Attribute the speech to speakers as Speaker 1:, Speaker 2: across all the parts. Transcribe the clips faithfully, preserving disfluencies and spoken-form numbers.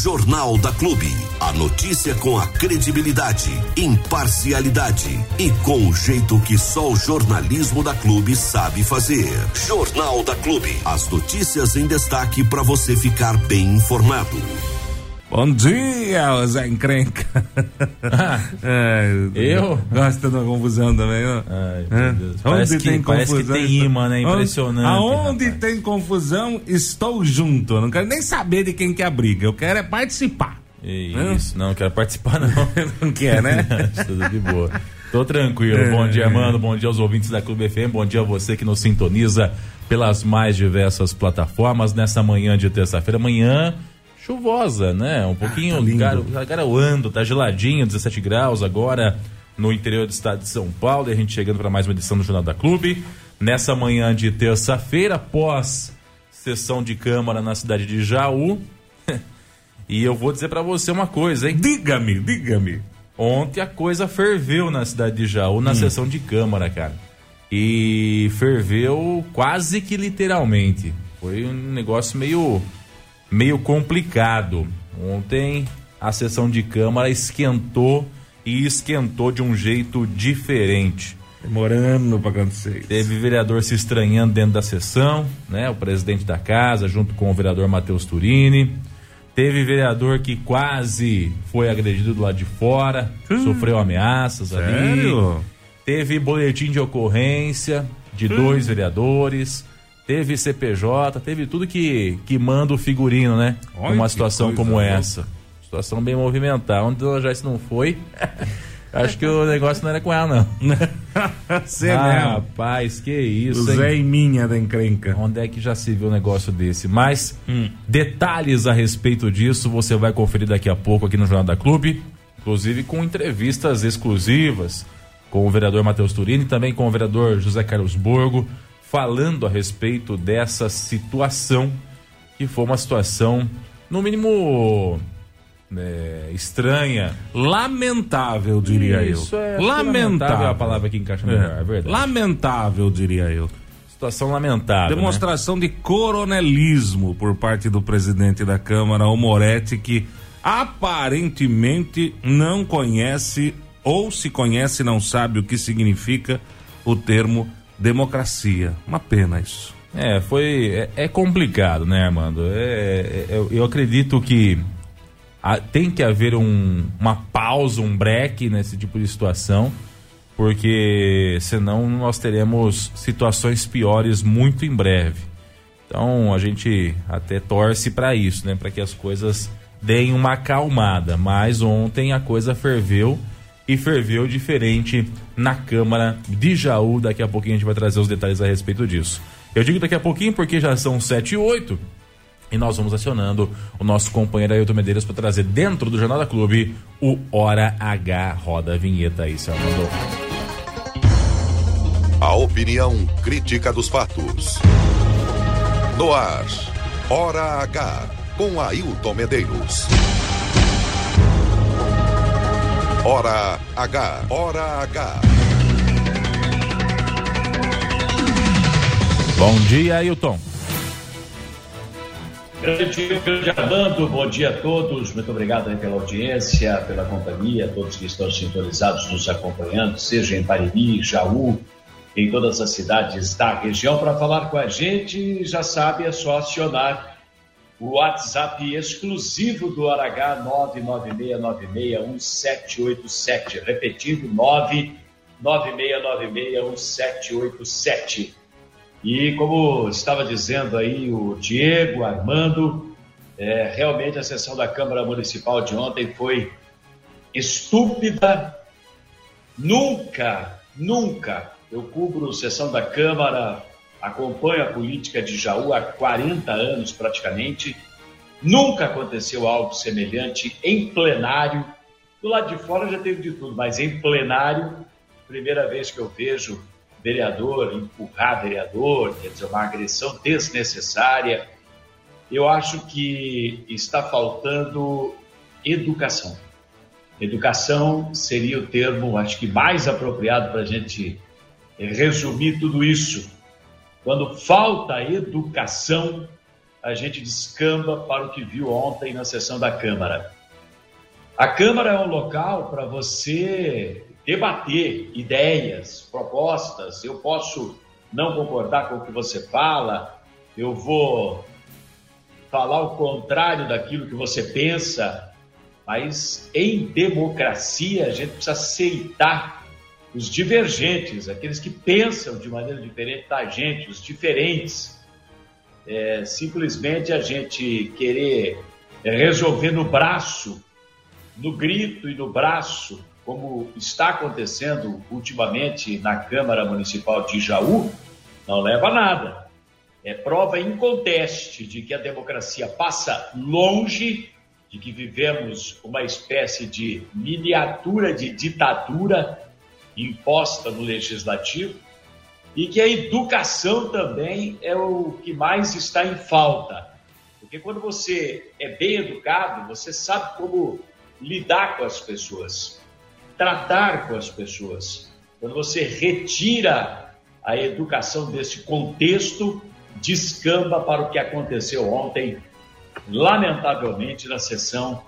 Speaker 1: Jornal da Clube. A notícia com a credibilidade, imparcialidade e com o jeito que só o jornalismo da Clube sabe fazer. Jornal da Clube. As notícias em destaque para você ficar bem informado.
Speaker 2: Bom dia, Zé Encrenca. é,
Speaker 3: eu?
Speaker 2: Gosta de uma confusão também, ó.
Speaker 3: Ai, meu Deus.
Speaker 2: Onde
Speaker 3: Parece, que,
Speaker 2: tem
Speaker 3: parece
Speaker 2: confusão,
Speaker 3: que tem imã, né? Impressionante.
Speaker 2: Aonde
Speaker 3: rapaz.
Speaker 2: tem confusão, estou junto. Eu não quero nem saber de quem que é a briga. Eu quero é participar.
Speaker 3: Isso, não, não quero participar, não.
Speaker 2: Não quer, né?
Speaker 3: Tudo de boa. Tô tranquilo. É. Bom dia, Armando. Bom dia aos ouvintes da Clube F M. Bom dia a você que nos sintoniza pelas mais diversas plataformas nessa manhã de terça-feira. Manhã chuvosa, né? Um pouquinho ah, tá garoando, tá geladinho, dezessete graus agora no interior do estado de São Paulo. E a gente chegando para mais uma edição do Jornal da Clube. Nessa manhã de terça-feira, após sessão de Câmara na cidade de Jaú. E eu vou dizer para você uma coisa, hein?
Speaker 2: Diga-me, diga-me.
Speaker 3: Ontem a coisa ferveu na cidade de Jaú, na hum. sessão de Câmara, cara. E ferveu quase que literalmente. Foi um negócio meio... meio complicado. Ontem a sessão de Câmara esquentou e esquentou de um jeito diferente.
Speaker 2: Demorando para acontecer.
Speaker 3: Teve vereador se estranhando dentro da sessão, né? O presidente da casa, junto com o vereador Matheus Turini. Teve vereador que quase foi agredido do lado de fora, hum. sofreu ameaças
Speaker 2: Sério?
Speaker 3: ali. Teve boletim de ocorrência de hum. dois vereadores. Teve C P J, teve tudo que, que manda o figurino, né?
Speaker 2: Olha,
Speaker 3: uma situação como
Speaker 2: louca.
Speaker 3: essa. Situação bem movimentada. Onde ela já se não foi, acho que o negócio não era com ela, não.
Speaker 2: Você
Speaker 3: ah, rapaz, que isso,
Speaker 2: o Zé e minha da encrenca.
Speaker 3: Onde é que já se viu um negócio desse? Mas hum. detalhes a respeito disso você vai conferir daqui a pouco aqui no Jornal da Clube, inclusive com entrevistas exclusivas com o vereador Matheus Turini e também com o vereador José Carlos Borgo, falando a respeito dessa situação, que foi uma situação, no mínimo, é, estranha.
Speaker 2: Lamentável, diria
Speaker 3: Isso,
Speaker 2: eu.
Speaker 3: É,
Speaker 2: lamentável.
Speaker 3: lamentável é a palavra que encaixa melhor, é, é verdade.
Speaker 2: Lamentável, diria eu.
Speaker 3: Situação lamentável.
Speaker 2: Demonstração,
Speaker 3: né?
Speaker 2: de coronelismo por parte do presidente da Câmara, o Moretti, que aparentemente não conhece, ou se conhece não sabe o que significa o termo democracia. Uma pena isso.
Speaker 3: É, foi... É, é complicado, né, Armando? É, é, eu acredito que a, tem que haver um, uma pausa, um break nesse tipo de situação, porque senão nós teremos situações piores muito em breve. Então a gente até torce para isso, né? Para que as coisas deem uma acalmada. Mas ontem a coisa ferveu. E ferveu diferente na Câmara de Jaú. Daqui a pouquinho a gente vai trazer os detalhes a respeito disso. Eu digo daqui a pouquinho porque já são sete e oito e nós vamos acionando o nosso companheiro Ailton Medeiros para trazer dentro do Jornal da Clube o Hora H. Roda a vinheta aí, seu Armando.
Speaker 1: A opinião crítica dos fatos. No ar, Hora H, com Ailton Medeiros. Hora H, Hora H.
Speaker 3: Bom dia, Ailton.
Speaker 4: Grande dia, grande Armando, bom dia a todos, muito obrigado aí pela audiência, pela companhia, todos que estão sintonizados nos acompanhando, seja em Bariri, Jaú, em todas as cidades da região. Para falar com a gente, já sabe, é só acionar o WhatsApp exclusivo do Hora H, nove nove seis nove seis um sete oito sete, repetindo, nove nove seis nove seis um sete oito sete. E como estava dizendo aí o Diego, Armando, é, realmente a sessão da Câmara Municipal de ontem foi estúpida. Nunca, nunca, eu cubro sessão da Câmara, acompanho a política de Jaú há quarenta anos praticamente, nunca aconteceu algo semelhante em plenário. Do lado de fora já teve de tudo, mas em plenário, primeira vez que eu vejo vereador empurrar vereador, quer dizer, uma agressão desnecessária. Eu acho que está faltando educação. Educação seria o termo, acho que mais apropriado para a gente resumir tudo isso. Quando falta educação, a gente descamba para o que viu ontem na sessão da Câmara. A Câmara é um local para você debater ideias, propostas. Eu posso não concordar com o que você fala, eu vou falar o contrário daquilo que você pensa, mas em democracia a gente precisa aceitar os divergentes, aqueles que pensam de maneira diferente da gente, os diferentes. É, simplesmente a gente querer resolver no braço, no grito e no braço, como está acontecendo ultimamente na Câmara Municipal de Jaú, não leva a nada. É prova inconteste de que a democracia passa longe, de que vivemos uma espécie de miniatura de ditadura imposta no legislativo, e que a educação também é o que mais está em falta. Porque quando você é bem educado, você sabe como lidar com as pessoas, tratar com as pessoas. Quando você retira a educação desse contexto, descamba para o que aconteceu ontem, lamentavelmente, na sessão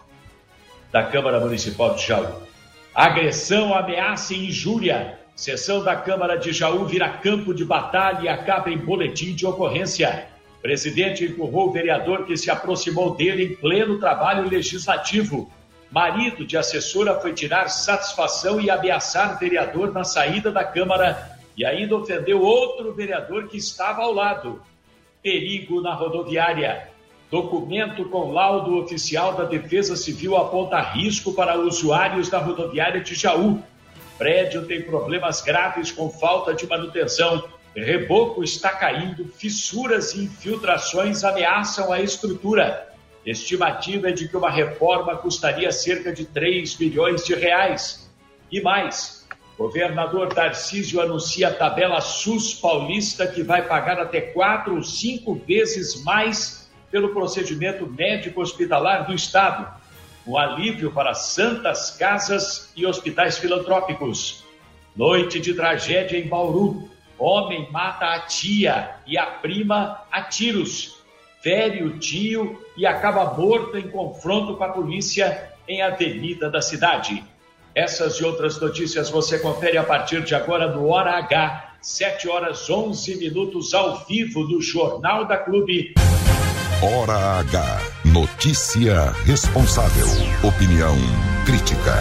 Speaker 4: da Câmara Municipal de Jaú. Agressão, ameaça e injúria. Sessão da Câmara de Jaú vira campo de batalha e acaba em boletim de ocorrência. Presidente empurrou o vereador que se aproximou dele em pleno trabalho legislativo. Marido de assessora foi tirar satisfação e ameaçar o vereador na saída da Câmara e ainda ofendeu outro vereador que estava ao lado. Perigo na rodoviária. Documento com laudo oficial da Defesa Civil aponta risco para usuários da rodoviária de Jaú. Prédio tem problemas graves com falta de manutenção. Reboco está caindo, fissuras e infiltrações ameaçam a estrutura. Estimativa é de que uma reforma custaria cerca de três milhões de reais. E mais, governador Tarcísio anuncia a tabela SUS paulista que vai pagar até quatro ou cinco vezes mais pelo procedimento médico hospitalar do Estado. Um alívio para santas casas e hospitais filantrópicos. Noite de tragédia em Bauru. Homem mata a tia e a prima a tiros. Fere o tio e acaba morto em confronto com a polícia em avenida da cidade. Essas e outras notícias você confere a partir de agora no Hora H, sete horas onze minutos ao vivo no Jornal da Clube.
Speaker 1: Hora H. Notícia responsável. Opinião crítica.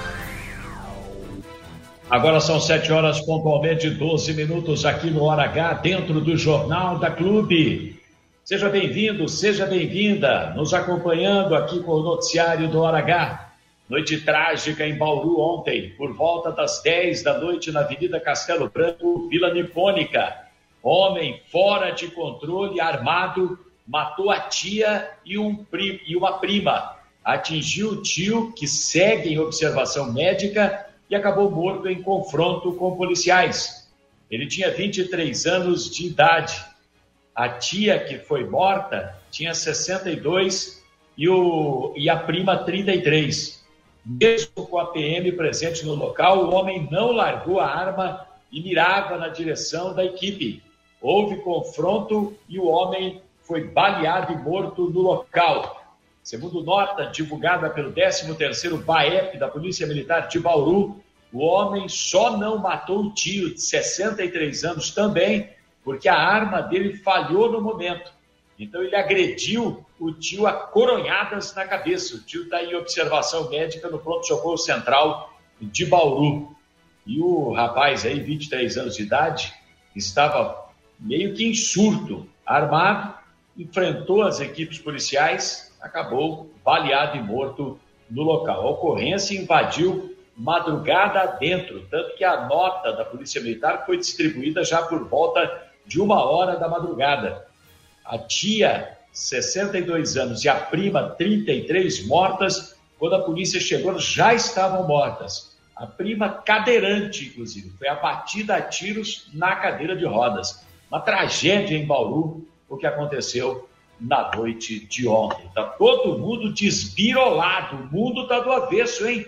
Speaker 4: Agora são sete horas pontualmente, doze minutos aqui no Hora H, dentro do Jornal da Clube. Seja bem-vindo, seja bem-vinda, nos acompanhando aqui com o noticiário do Hora H. Noite trágica em Bauru ontem, por volta das dez da noite na Avenida Castelo Branco, Vila Nipônica. Homem fora de controle, armado, matou a tia e, um prim, e uma prima. Atingiu o tio, que segue em observação médica, e acabou morto em confronto com policiais. Ele tinha vinte e três anos de idade. A tia que foi morta tinha sessenta e dois e, o, e a prima trinta e três. Mesmo com a P M presente no local, o homem não largou a arma e mirava na direção da equipe. Houve confronto e o homem foi baleado e morto no local. Segundo nota divulgada pelo décimo terceiro BAEP da Polícia Militar de Bauru, o homem só não matou o tio de sessenta e três anos também, porque a arma dele falhou no momento. Então ele agrediu o tio a coronhadas na cabeça. O tio está em observação médica no pronto-socorro central de Bauru. E o rapaz aí, vinte e três anos de idade, estava meio que em surto, armado, enfrentou as equipes policiais, acabou baleado e morto no local. A ocorrência invadiu madrugada adentro, tanto que a nota da Polícia Militar foi distribuída já por volta de uma hora da madrugada. A tia, sessenta e dois anos, e a prima, trinta e três, mortas. Quando a polícia chegou, já estavam mortas. A prima, cadeirante, inclusive, foi abatida a tiros na cadeira de rodas. Uma tragédia em Bauru, o que aconteceu na noite de ontem. Está todo mundo desbirolado, o mundo está do avesso, hein?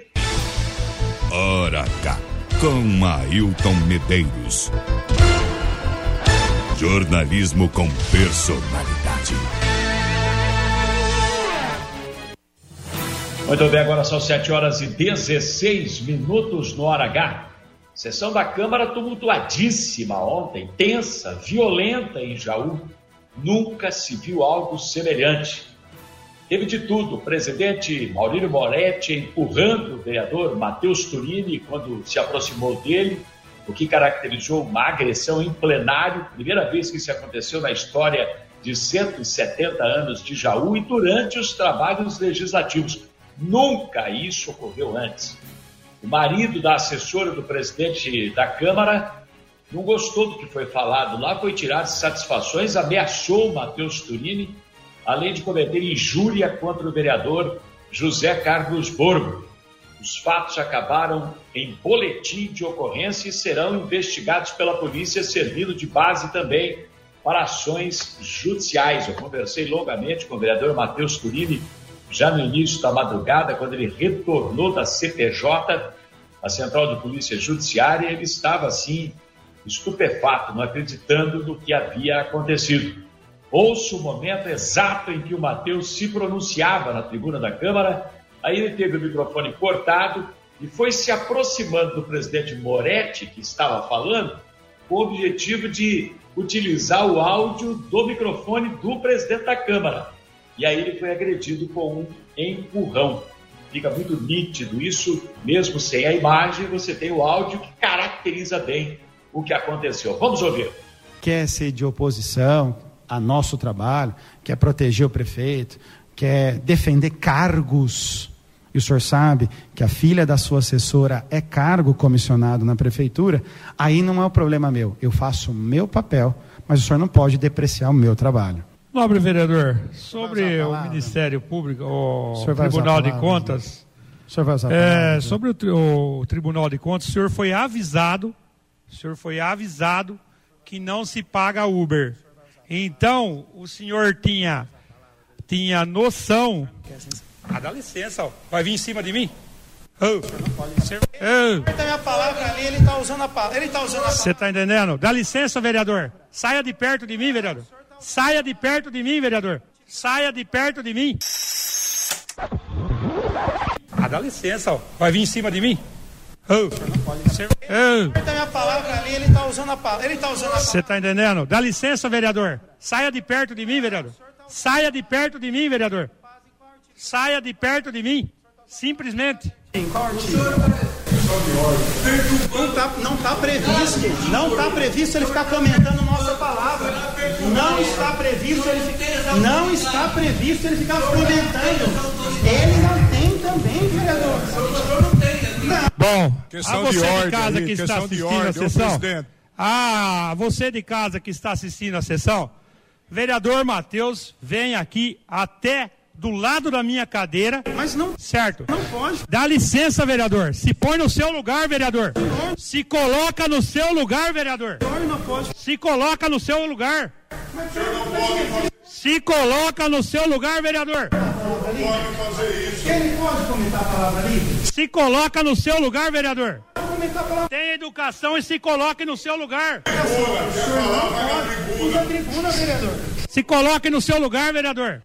Speaker 1: Hora H, com Ailton Medeiros. Jornalismo com personalidade.
Speaker 4: Muito bem, agora são sete horas e dezesseis minutos no Hora H. Sessão da Câmara tumultuadíssima ontem, tensa, violenta em Jaú. Nunca se viu algo semelhante. Teve de tudo. O presidente Maurílio Moretti empurrando o vereador Matheus Turini quando se aproximou dele, o que caracterizou uma agressão em plenário. Primeira vez que isso aconteceu na história de cento e setenta anos de Jaú e durante os trabalhos legislativos. Nunca isso ocorreu antes. O marido da assessora do presidente da Câmara não gostou do que foi falado lá, foi tirar satisfações, ameaçou o Matheus Turini, além de cometer injúria contra o vereador José Carlos Borgo. Os fatos acabaram em boletim de ocorrência e serão investigados pela polícia, servindo de base também para ações judiciais. Eu conversei longamente com o vereador Matheus Turini já no início da madrugada, quando ele retornou da C P J, a Central de Polícia Judiciária. Ele estava assim, estupefato, não acreditando no que havia acontecido. Ouço o momento exato em que o Matheus se pronunciava na tribuna da Câmara. Aí ele teve o microfone cortado e foi se aproximando do presidente Moretti, que estava falando, com o objetivo de utilizar o áudio do microfone do presidente da Câmara. E aí ele foi agredido com um empurrão. Fica muito nítido isso, mesmo sem a imagem, você tem o áudio que caracteriza bem o que aconteceu. Vamos ouvir.
Speaker 5: Quer ser de oposição a nosso trabalho, quer proteger o prefeito, quer defender cargos. E o senhor sabe que a filha da sua assessora é cargo comissionado na prefeitura, aí não é o problema meu. Eu faço o meu papel, mas o senhor não pode depreciar o meu trabalho.
Speaker 6: Nobre vereador, sobre o Ministério Público, o, o Tribunal de Contas,
Speaker 5: o senhor vai usar a
Speaker 6: é,
Speaker 5: palavra,
Speaker 6: sobre o, o Tribunal de Contas, o senhor foi avisado, o senhor foi avisado que não se paga Uber. Então, o senhor tinha, tinha noção... Ah, dá licença, ó. Vai vir em cima de mim? Oh.
Speaker 5: Ele tem a palavra ali, ele está usando a palavra. Ele está usando a
Speaker 6: Você está entendendo? Dá licença, vereador. Saia de perto de mim, vereador. Saia de perto de mim, vereador. Saia de perto de mim. Ah, dá licença, ó. Vai vir em cima de mim? Oh.
Speaker 5: Ele tem a palavra ali, ele está usando a palavra. Ele está usando a palavra.
Speaker 6: Você está entendendo? Dá licença, vereador. Saia de perto de mim, vereador. Saia de perto de mim, vereador. Saia de perto de mim. Simplesmente.
Speaker 5: Não está não tá previsto, não está previsto ele ficar comentando nossa palavra. Não está previsto ele ficar, não está previsto ele ficar comentando. Ele não tem também, vereador. Não.
Speaker 6: Bom,
Speaker 7: questão
Speaker 6: a você
Speaker 7: de, ordem,
Speaker 6: de casa
Speaker 7: ali,
Speaker 6: que está assistindo
Speaker 7: ordem,
Speaker 6: a sessão,
Speaker 7: presidente.
Speaker 6: ah, você de casa que está assistindo a sessão, vereador Matheus vem aqui até do lado da minha cadeira,
Speaker 5: mas não,
Speaker 6: certo?
Speaker 5: Não pode.
Speaker 6: Dá licença, vereador. Se põe no seu lugar, vereador. Não. Se coloca no seu lugar, vereador.
Speaker 5: Não, não pode.
Speaker 6: Se coloca no seu lugar.
Speaker 5: Mas eu não pode.
Speaker 6: Se coloca no seu lugar, vereador.
Speaker 7: Não pode fazer isso.
Speaker 5: Ele pode comentar a palavra livre?
Speaker 6: Se coloca no seu lugar, vereador.
Speaker 5: Comentar a palavra.
Speaker 6: Tenha educação e se coloque no seu lugar.
Speaker 5: Usa a tribuna, vereador.
Speaker 6: Se coloque no seu lugar, vereador.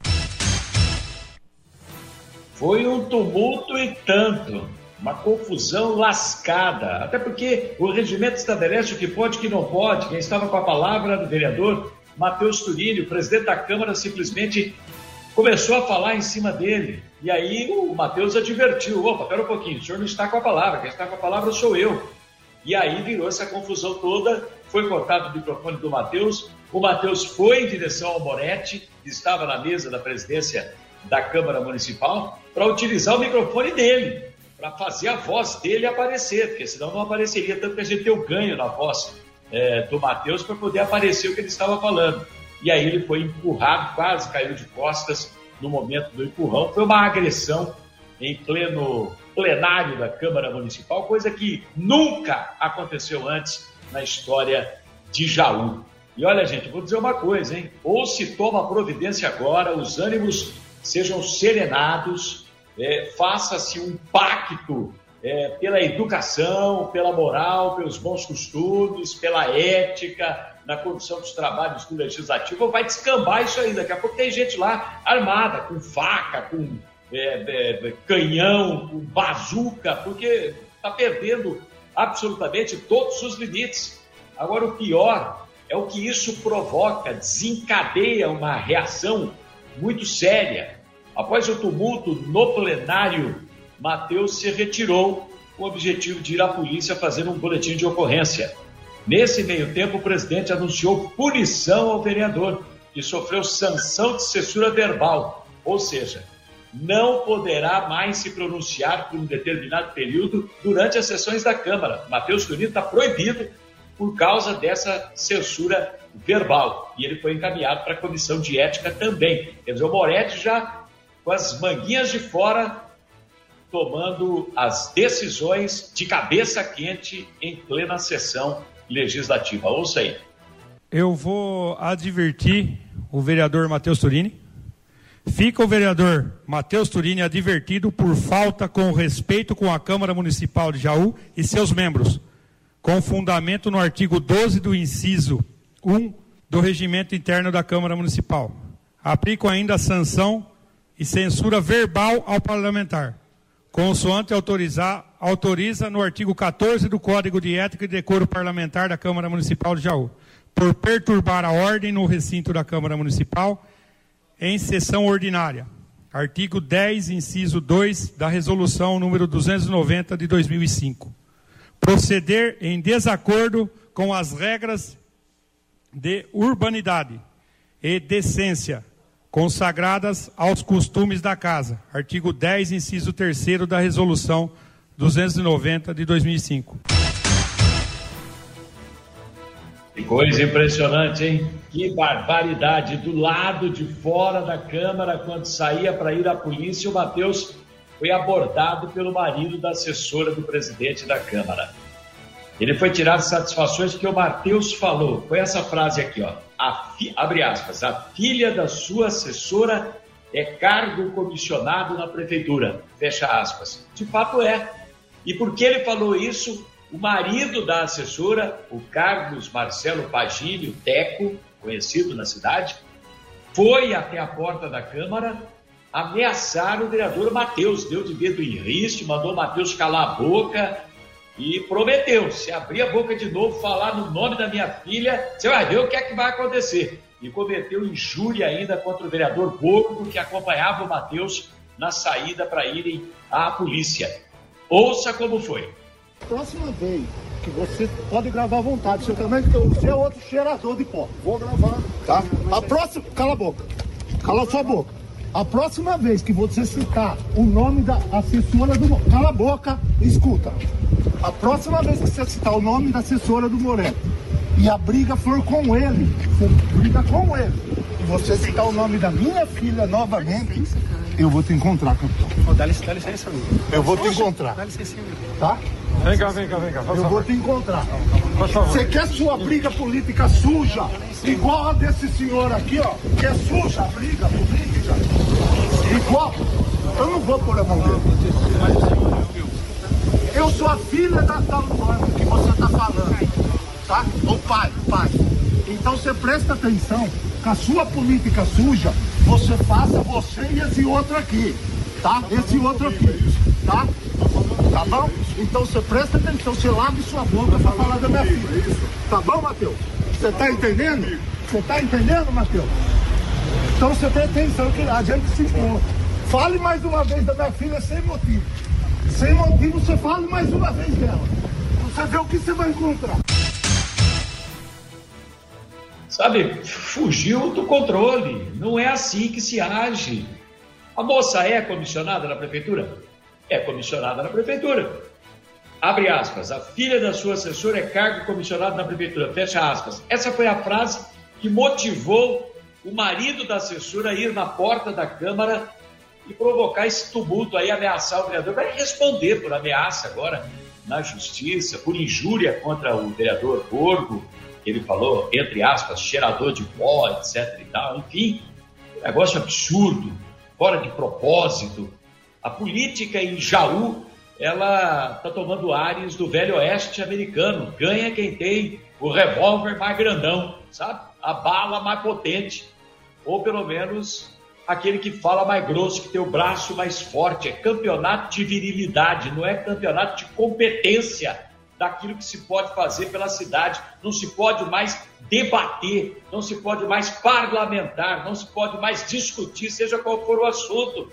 Speaker 4: Foi um tumulto e tanto, uma confusão lascada, até porque o regimento estabelece o que pode e o que não pode. Quem estava com a palavra do vereador Matheus Turini, o presidente da Câmara, simplesmente começou a falar em cima dele. E aí o Matheus advertiu: opa, pera um pouquinho, o senhor não está com a palavra, quem está com a palavra sou eu. E aí virou essa confusão toda, foi cortado o microfone do Matheus, o Matheus foi em direção ao Moretti, que estava na mesa da presidência da Câmara Municipal, para utilizar o microfone dele, para fazer a voz dele aparecer, porque senão não apareceria, tanto que a gente deu ganho na voz é, do Matheus para poder aparecer o que ele estava falando. E aí ele foi empurrado, quase caiu de costas no momento do empurrão. Foi uma agressão em pleno plenário da Câmara Municipal, coisa que nunca aconteceu antes na história de Jaú. E olha, gente, vou dizer uma coisa, hein? Ou se toma providência agora, os ânimos sejam serenados, é, faça-se um pacto é, pela educação, pela moral, pelos bons costumes, pela ética, na condução dos trabalhos do Legislativo. Vai descambar isso aí, daqui a pouco tem gente lá armada, com faca, com é, é, canhão, com bazuca, porque está perdendo absolutamente todos os limites. Agora, o pior é o que isso provoca, desencadeia uma reação muito séria. Após o tumulto no plenário, Matheus se retirou com o objetivo de ir à polícia fazer um boletim de ocorrência. Nesse meio tempo, o presidente anunciou punição ao vereador, que sofreu sanção de censura verbal, ou seja, não poderá mais se pronunciar por um determinado período durante as sessões da Câmara. Matheus Turino está proibido por causa dessa censura verbal. E ele foi encaminhado para a comissão de ética também. Quer dizer, o Moretti já com as manguinhas de fora, tomando as decisões de cabeça quente em plena sessão legislativa. Ouça aí.
Speaker 6: Eu vou advertir o vereador Matheus Turini. Fica o vereador Matheus Turini advertido por falta com respeito com a Câmara Municipal de Jaú e seus membros, com fundamento no artigo doze do inciso um do Regimento Interno da Câmara Municipal. Aplico ainda a sanção e censura verbal ao parlamentar, consoante autorizar, autoriza no artigo quatorze do Código de Ética e Decoro Parlamentar da Câmara Municipal de Jaú, por perturbar a ordem no recinto da Câmara Municipal em sessão ordinária. Artigo dez, inciso dois da Resolução número duzentos e noventa de dois mil e cinco. Proceder em desacordo com as regras de urbanidade e decência consagradas aos costumes da casa. Artigo dez, inciso terceiro da Resolução duzentos e noventa de dois mil e cinco.
Speaker 4: Que coisa impressionante, hein? Que barbaridade. Do lado de fora da Câmara, quando saía para ir à polícia, o Matheus foi abordado pelo marido da assessora do presidente da Câmara. Ele foi tirar satisfações que o Matheus falou. Foi essa frase aqui, ó. A fi... Abre aspas. A filha da sua assessora é cargo comissionado na prefeitura. Fecha aspas. De fato é. E por que ele falou isso? O marido da assessora, o Carlos Marcelo Pagini, o Teco, conhecido na cidade, foi até a porta da Câmara ameaçar o vereador Matheus. Deu de dedo em riste, mandou o Matheus calar a boca e prometeu, se abrir a boca de novo, falar no nome da minha filha, você vai ver o que é que vai acontecer. E cometeu injúria ainda contra o vereador Borgo, que acompanhava o Matheus na saída para irem à polícia. Ouça como foi.
Speaker 7: Próxima vez que você pode gravar à vontade, você também, você é outro cheirador de pó. Vou gravar. Tá? A próxima, cala a boca. Cala a sua boca. A próxima vez que você citar o nome da assessora do... Cala a boca, escuta. A próxima vez que você citar o nome da assessora do Moretti e a briga for com ele, você briga com ele, e você citar o nome da minha filha novamente, eu vou te encontrar, capitão.
Speaker 5: Oh, dá licença, dá licença, amigo.
Speaker 7: Eu vou te encontrar.
Speaker 5: Dá licença, amigo.
Speaker 7: Tá?
Speaker 6: Vem cá, vem cá, vem cá.
Speaker 7: Eu vou te encontrar. Você quer sua briga política suja, igual a desse senhor aqui, ó, que é suja a briga política, igual. Eu não vou pôr a mão dele. Eu sou a filha da, da Luana que você está falando, tá? O pai, pai. Então você presta atenção que a sua política suja, você faça você e esse outro aqui, tá? Esse outro aqui, tá? Tá bom? Então você presta atenção, você lave sua boca para falar da minha filha. Tá bom, Matheus? Você tá entendendo? Você tá entendendo, Matheus? Então você tem atenção que a gente se for. Fale mais uma vez da minha filha sem motivo. Sem motivo, você fale mais uma vez dela. Você vê o que você vai encontrar.
Speaker 4: Sabe, fugiu do controle. Não é assim que se age. A moça é comissionada na prefeitura? É comissionada na prefeitura. Abre aspas. A filha da sua assessora é cargo comissionado na prefeitura. Fecha aspas. Essa foi a frase que motivou o marido da assessora a ir na porta da Câmara e provocar esse tumulto aí, ameaçar o vereador. Vai responder por ameaça agora na justiça, por injúria contra o vereador Borgo. Ele falou, entre aspas, cheirador de pó, etc e tal. Enfim, um negócio absurdo, fora de propósito. A política em Jaú, ela está tomando ares do velho oeste americano. Ganha quem tem o revólver mais grandão, sabe? A bala mais potente. Ou pelo menos aquele que fala mais grosso, que tem o braço mais forte. É campeonato de virilidade, não é campeonato de competência daquilo que se pode fazer pela cidade. Não se pode mais debater, não se pode mais parlamentar, não se pode mais discutir, seja qual for o assunto.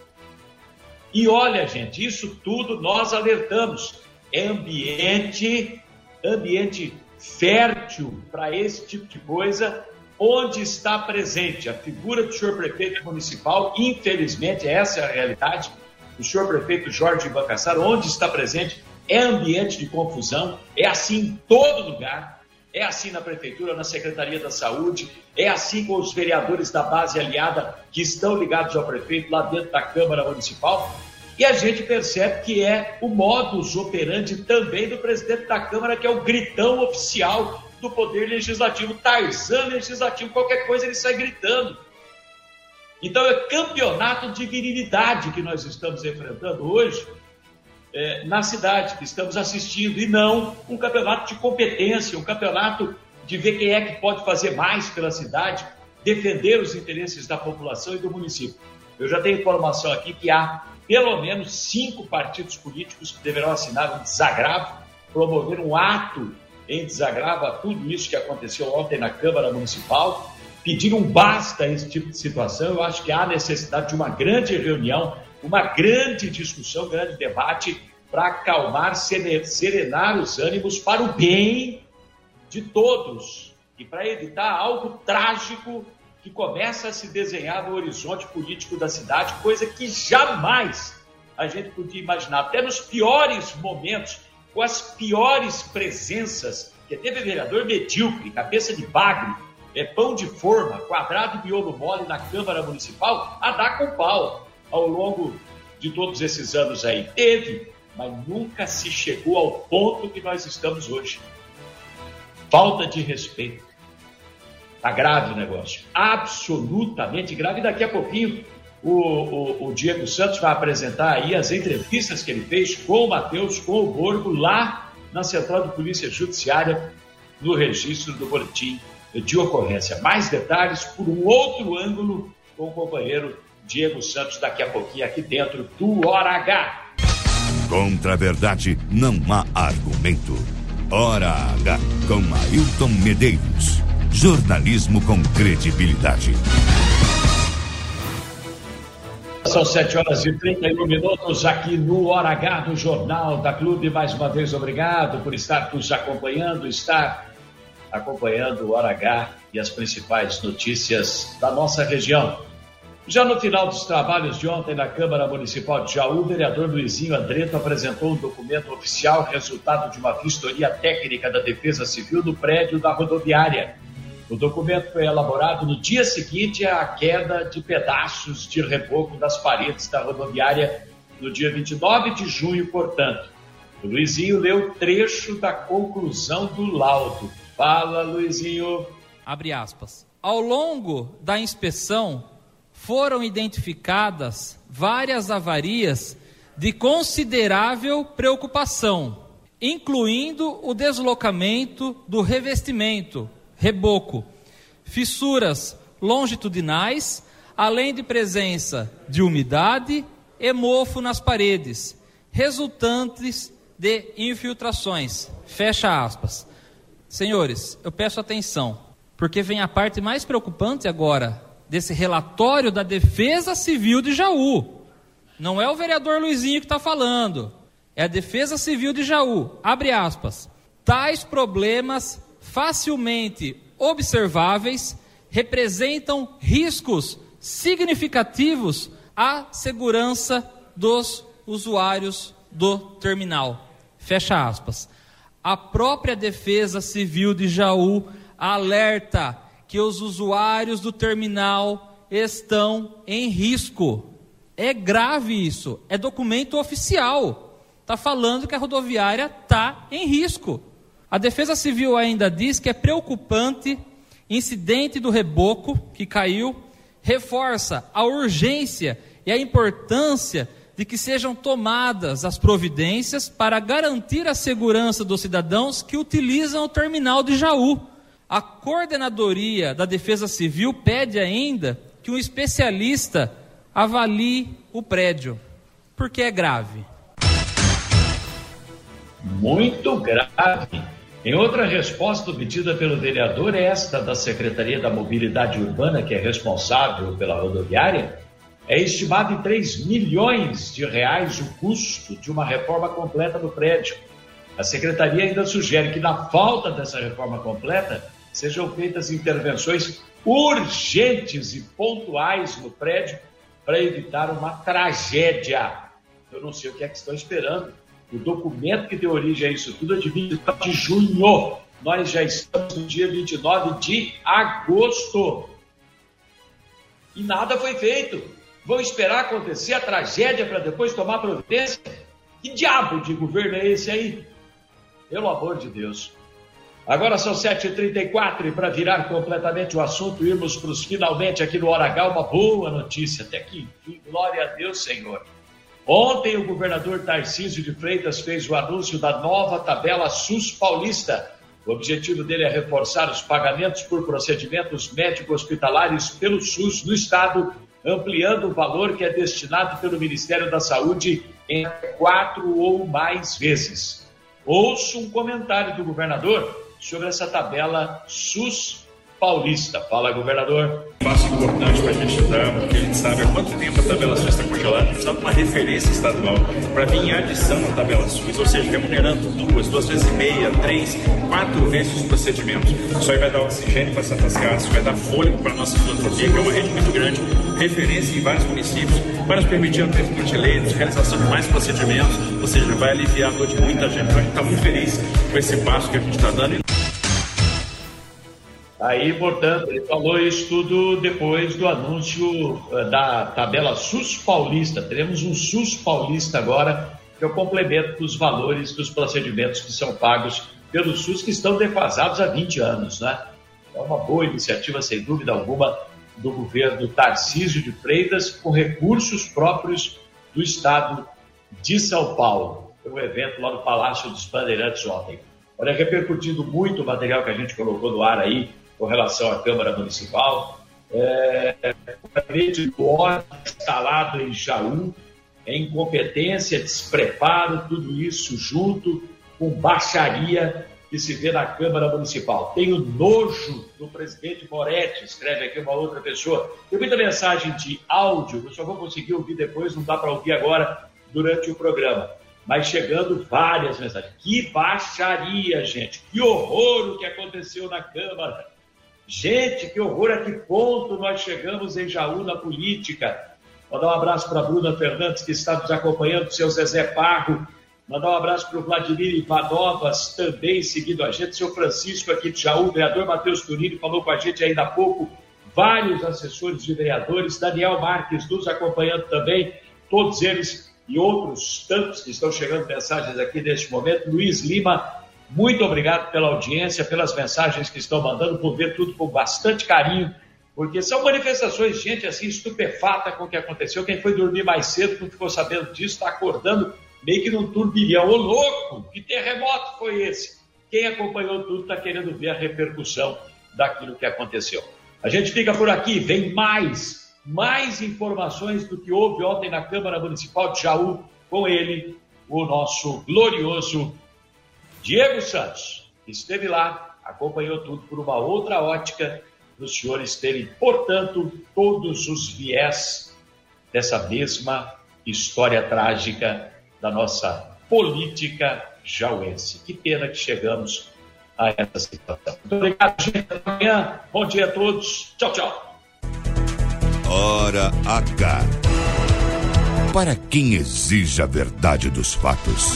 Speaker 4: E olha, gente, isso tudo nós alertamos. É ambiente, ambiente fértil para esse tipo de coisa, onde está presente a figura do senhor prefeito municipal. Infelizmente, essa é a realidade. O senhor prefeito Jorge Bancassaro, onde está presente, é ambiente de confusão. É assim em todo lugar. É assim na prefeitura, na Secretaria da Saúde, é assim com os vereadores da base aliada que estão ligados ao prefeito lá dentro da Câmara Municipal. E a gente percebe que é o modus operandi também do presidente da Câmara, que é o gritão oficial do Poder Legislativo, Tarzan Legislativo, qualquer coisa ele sai gritando. Então é campeonato de virilidade que nós estamos enfrentando hoje é, na cidade, que estamos assistindo, e não um campeonato de competência, um campeonato de ver quem é que pode fazer mais pela cidade, defender os interesses da população e do município. Eu já tenho informação aqui que há pelo menos cinco partidos políticos que deverão assinar um desagravo, promover um ato em desagravo a tudo isso que aconteceu ontem na Câmara Municipal, pedir um basta a esse tipo de situação. Eu acho que há necessidade de uma grande reunião, uma grande discussão, um grande debate para acalmar, serenar os ânimos para o bem de todos e para evitar algo trágico que começa a se desenhar no horizonte político da cidade, coisa que jamais a gente podia imaginar, até nos piores momentos, com as piores presenças, que teve vereador medíocre, cabeça de bagre, é, pão de forma, quadrado e miolo mole na Câmara Municipal, a dar com pau ao longo de todos esses anos aí. Teve, mas nunca se chegou ao ponto que nós estamos hoje. Falta de respeito. Está grave o negócio, absolutamente grave. E daqui a pouquinho o, o, o Diego Santos vai apresentar aí as entrevistas que ele fez com o Matheus, com o Borgo, lá na Central de Polícia Judiciária, no registro do boletim de ocorrência. Mais detalhes por um outro ângulo com o companheiro Diego Santos daqui a pouquinho aqui dentro do Hora H.
Speaker 1: Contra a verdade não há argumento. Hora H com Ailton Medeiros. Jornalismo com credibilidade.
Speaker 4: São sete horas e trinta e um minutos aqui no Hora H do Jornal da Clube. Mais uma vez, obrigado por estar nos acompanhando, estar acompanhando o Hora H e as principais notícias da nossa região. Já no final dos trabalhos de ontem na Câmara Municipal de Jaú, o vereador Luizinho Andreto apresentou um documento oficial, resultado de uma vistoria técnica da Defesa Civil no prédio da rodoviária. O documento foi elaborado no dia seguinte à queda de pedaços de reboco das paredes da rodoviária, no dia vinte e nove de junho, portanto. O Luizinho leu trecho da conclusão do laudo. Fala, Luizinho.
Speaker 8: Abre aspas. Ao longo da inspeção, foram identificadas várias avarias de considerável preocupação, incluindo o deslocamento do revestimento, reboco, fissuras longitudinais, além de presença de umidade e mofo nas paredes, resultantes de infiltrações. Fecha aspas. Senhores, eu peço atenção, porque vem a parte mais preocupante agora desse relatório da Defesa Civil de Jaú. Não é o vereador Luizinho que está falando, é a Defesa Civil de Jaú. Abre aspas. Tais problemas facilmente observáveis representam riscos significativos à segurança dos usuários do terminal. Fecha aspas. A própria Defesa Civil de Jaú alerta que os usuários do terminal estão em risco. É grave isso, é documento oficial. Está falando que a rodoviária está em risco. A Defesa Civil ainda diz que é preocupante incidente do reboco que caiu, reforça a urgência e a importância de que sejam tomadas as providências para garantir a segurança dos cidadãos que utilizam o terminal de Jaú. A coordenadoria da Defesa Civil pede ainda que um especialista avalie o prédio, porque é grave.
Speaker 4: Muito grave. Em outra resposta obtida pelo vereador, esta da Secretaria da Mobilidade Urbana, que é responsável pela rodoviária, é estimado em três milhões de reais o custo de uma reforma completa do prédio. A Secretaria ainda sugere que, na falta dessa reforma completa, sejam feitas intervenções urgentes e pontuais no prédio para evitar uma tragédia. Eu não sei o que é que estão esperando. O documento que deu origem a isso tudo é de vinte e nove de junho. Nós já estamos no dia vinte e nove de agosto. E nada foi feito. Vão esperar acontecer a tragédia para depois tomar providência? Que diabo de governo é esse aí? Pelo amor de Deus. Agora são sete e trinta e quatro e para virar completamente o assunto, irmos para os finalmente aqui no Hora H, uma boa notícia. Até que enfim, glória a Deus, Senhor. Ontem o governador Tarcísio de Freitas fez o anúncio da nova tabela SUS paulista. O objetivo dele é reforçar os pagamentos por procedimentos médico-hospitalares pelo SUS no estado, ampliando o valor que é destinado pelo Ministério da Saúde em quatro ou mais vezes. Ouço um comentário do governador sobre essa tabela SUS paulista. Fala, governador.
Speaker 9: Um passo importante para a gente dar, porque a gente sabe há quanto tempo a tabela SUS está congelada, precisa de uma referência estadual para vir em adição à tabela SUS, ou seja, remunerando duas, duas vezes e meia, três, quatro vezes os procedimentos. Isso aí vai dar oxigênio para essas casas, vai dar fôlego para a nossa filantropia, que é uma rede muito grande, referência em vários municípios, vai nos permitir ampliação de leitos, realização de mais procedimentos, ou seja, vai aliviar a dor de muita gente. Então a gente está muito feliz com esse passo que a gente está dando.
Speaker 4: Aí, portanto, ele falou isso tudo depois do anúncio uh, da tabela SUS paulista. Teremos um SUS paulista agora, que é o complemento dos valores dos procedimentos que são pagos pelo SUS, que estão defasados há vinte anos, né? É uma boa iniciativa, sem dúvida alguma, do governo Tarcísio de Freitas, com recursos próprios do estado de São Paulo. Foi um evento lá no Palácio dos Bandeirantes ontem. Olha, repercutindo muito o material que a gente colocou no ar aí, com relação à Câmara Municipal, é, o gabinete do órgão instalado em Jaú, é incompetência, despreparo, tudo isso junto com baixaria que se vê na Câmara Municipal. Tenho nojo do presidente Moretti, escreve aqui uma outra pessoa. Tem muita mensagem de áudio, eu só vou conseguir ouvir depois, não dá para ouvir agora durante o programa. Mas chegando várias mensagens. Que baixaria, gente, que horror o que aconteceu na Câmara. Gente, que horror, a que ponto nós chegamos em Jaú na política. Mandar um abraço para a Bruna Fernandes, que está nos acompanhando, seu Zezé Parro. Mandar um abraço para o Vladimir Ivanovas, também seguindo a gente, seu Francisco aqui de Jaú, o vereador Matheus Turini falou com a gente ainda há pouco, vários assessores de vereadores, Daniel Marques nos acompanhando também, todos eles e outros tantos que estão chegando mensagens aqui neste momento. Luiz Lima, muito obrigado pela audiência, pelas mensagens que estão mandando, por ver tudo com bastante carinho, porque são manifestações, gente, assim, estupefata com o que aconteceu. Quem foi dormir mais cedo, não ficou sabendo disso, está acordando meio que num turbilhão. Ô, louco, que terremoto foi esse? Quem acompanhou tudo está querendo ver a repercussão daquilo que aconteceu. A gente fica por aqui, vem mais, mais informações do que houve ontem na Câmara Municipal de Jaú, com ele, o nosso glorioso Diego Santos, que esteve lá, acompanhou tudo por uma outra ótica, para os senhores terem, portanto, todos os viés dessa mesma história trágica da nossa política jauense. Que pena que chegamos a essa situação. Muito obrigado, gente. Até amanhã. Bom dia a todos. Tchau, tchau.
Speaker 1: Hora H. Para quem exige a verdade dos fatos.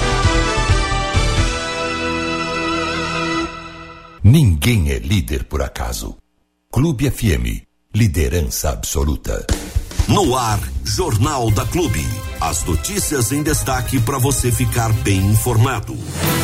Speaker 1: Ninguém é líder por acaso. Clube F M, liderança absoluta. No ar, Jornal da Clube. As notícias em destaque para você ficar bem informado.